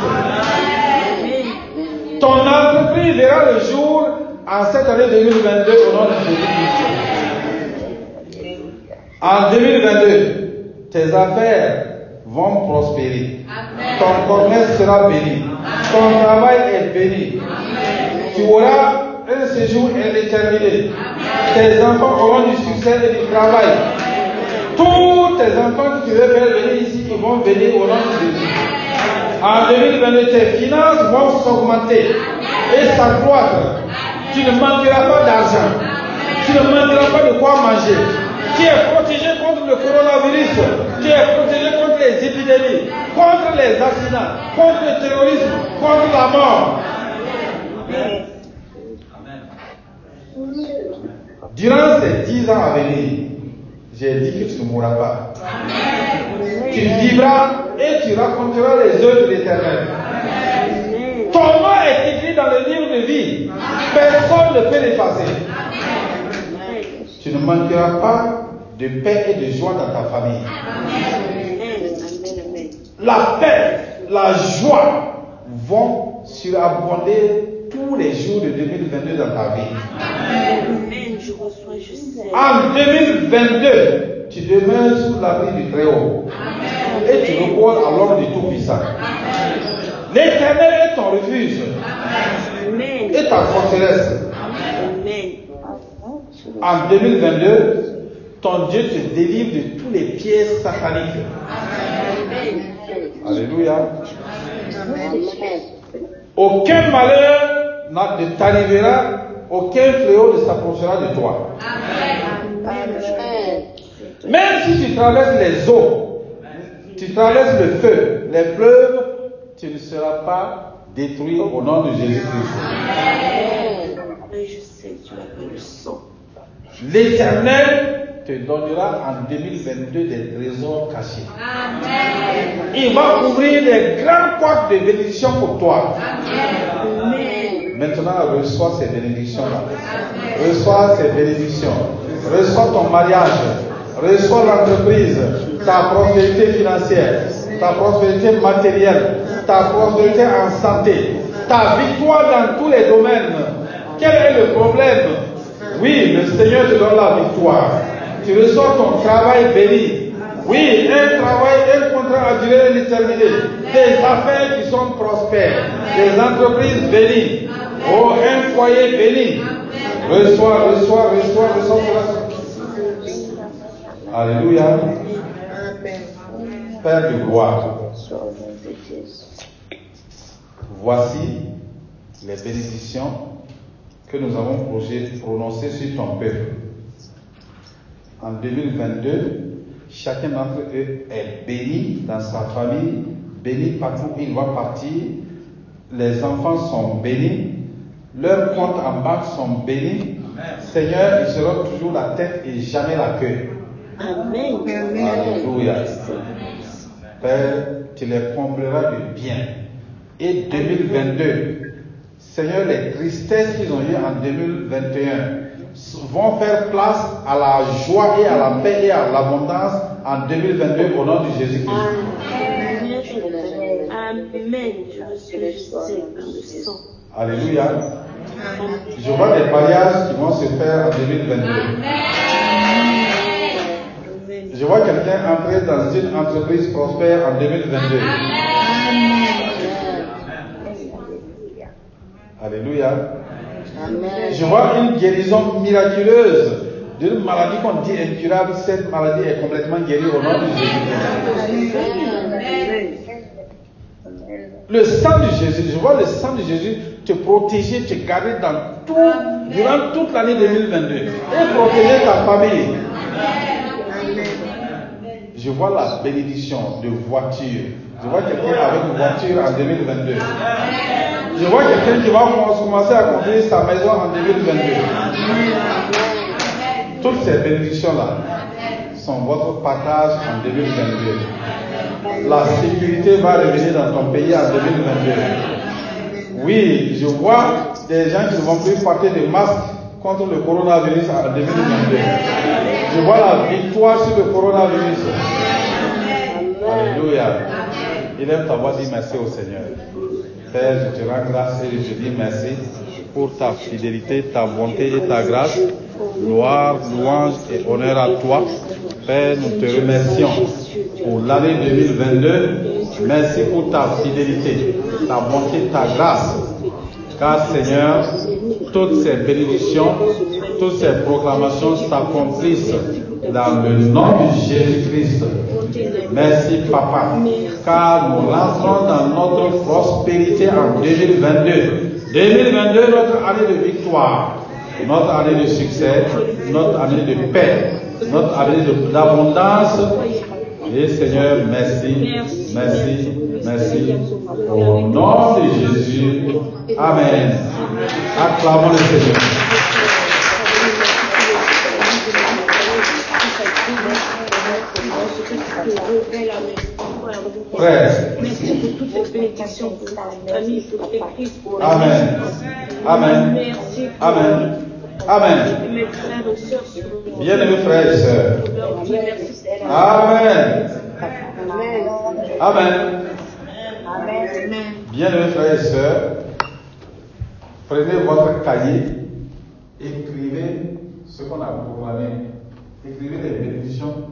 Speaker 1: Ton entreprise verra le jour en cette année 2022 au nom de Jésus-Christ. En 2022, tes affaires vont prospérer. Ton commerce sera béni. Ton travail est béni. Tu auras un séjour indéterminé. Tes enfants auront du succès et du travail. Tous tes enfants que tu veux faire venir ici, ils vont venir au nom de Jésus. En 2022, tes finances vont s'augmenter et s'accroître. Tu ne manqueras pas d'argent. Tu ne manqueras pas de quoi manger. Tu es protégé contre le coronavirus. Tu es protégé contre les épidémies, contre les accidents, contre le terrorisme, contre la mort. Durant ces 10 ans à venir, j'ai dit que tu ne mourras pas. Tu vivras et tu raconteras les œuvres de l'Éternel. Ton nom est écrit dans le livre de vie. Personne ne peut l'effacer. Tu ne manqueras pas de paix et de joie dans ta famille. La paix, la joie vont surabonder tous les jours de 2022 dans ta vie. En 2022, tu demeures sous l'abri du Très-Haut et tu reposes à l'ombre du Tout-Puissant. L'Éternel est ton refuge et ta forteresse. En 2022, ton Dieu te délivre de tous les pièges sataniques. Alléluia. Aucun malheur ne t'arrivera, aucun fléau ne s'approchera de toi. Même si tu traverses les eaux, tu traverses le feu, les fleuves, tu ne seras pas détruit au nom de Jésus-Christ. L'Éternel te donnera en 2022 des trésors cachés. Il va ouvrir les grandes portes de bénédiction pour toi. Maintenant, reçois ces bénédictions-là. Reçois ces bénédictions. Reçois ton mariage. Reçois l'entreprise. Ta prospérité financière. Ta prospérité matérielle. Ta prospérité en santé. Ta victoire dans tous les domaines. Quel est le problème? Oui, le Seigneur te donne la victoire. Tu reçois ton travail béni. Oui, un travail, un contrat à durée l'éternité. Des affaires qui sont prospères. Des entreprises bénies. Oh, un foyer béni. Reçois cela. Alléluia. Père de gloire. Voici les bénédictions que nous avons prononcées sur ton peuple. En 2022, chacun d'entre eux est béni dans sa famille, béni partout où il va partir. Les enfants sont bénis, leurs comptes en banque sont bénis. Seigneur, ils seront toujours la tête et jamais la queue.
Speaker 3: Amen.
Speaker 1: Alléluia. Père, tu les combleras de bien. Et 2022, Seigneur, les tristesses qu'ils ont eues en 2021 vont faire place à la joie et à la paix et à l'abondance en 2022 au nom de Jésus-Christ.
Speaker 3: Amen. Je sais le sang.
Speaker 1: Alléluia. Je vois des mariages qui vont se faire en 2022. Je vois quelqu'un entrer dans une entreprise prospère en 2022. Alléluia. Je vois une guérison miraculeuse d'une maladie qu'on dit incurable. Cette maladie est complètement guérie au nom de Jésus. Le sang de Jésus, je vois le sang de Jésus te protéger, te garder durant toute l'année 2022 et protéger ta famille. Je vois la bénédiction de voiture. Je vois quelqu'un avec une voiture en 2022. Je vois quelqu'un qui va commencer à construire sa maison en 2022. Toutes ces bénédictions-là sont votre partage en 2022. La sécurité va revenir dans ton pays en 2022. Oui, je vois des gens qui ne vont plus porter de masques contre le coronavirus en 2022. Je vois la victoire sur le coronavirus. Alléluia. Il aime ta voix, dis merci au Seigneur. Père, je te rends grâce et je te dis merci pour ta fidélité, ta bonté et ta grâce. Gloire, louange et honneur à toi. Père, nous te remercions pour l'année 2022. Merci pour ta fidélité, ta bonté, ta grâce. Car Seigneur, toutes ces bénédictions, toutes ces proclamations s'accomplissent Dans le nom de Jésus-Christ. Merci, Papa. Car nous rentrons dans notre prospérité en 2022. 2022, notre année de victoire, notre année de succès, notre année de paix, notre année d'abondance. Et Seigneur, merci, merci, merci. Au nom de Jésus. Amen. Acclamons le Seigneur. Frère.
Speaker 3: Merci pour toutes les bénédictions pour ta famille, pour l'Église, pour la
Speaker 1: Amen. Amen.
Speaker 3: Merci pour
Speaker 1: Amen. Amen.
Speaker 3: mes frères et sœurs sur le
Speaker 1: Bien-aimés frères et sœurs.
Speaker 3: pour leur dire merci.
Speaker 1: Amen. Amen.
Speaker 3: Amen.
Speaker 1: Bien-aimés frères et sœurs, prenez votre cahier, écrivez ce qu'on a proclamé. Écrivez les bénédictions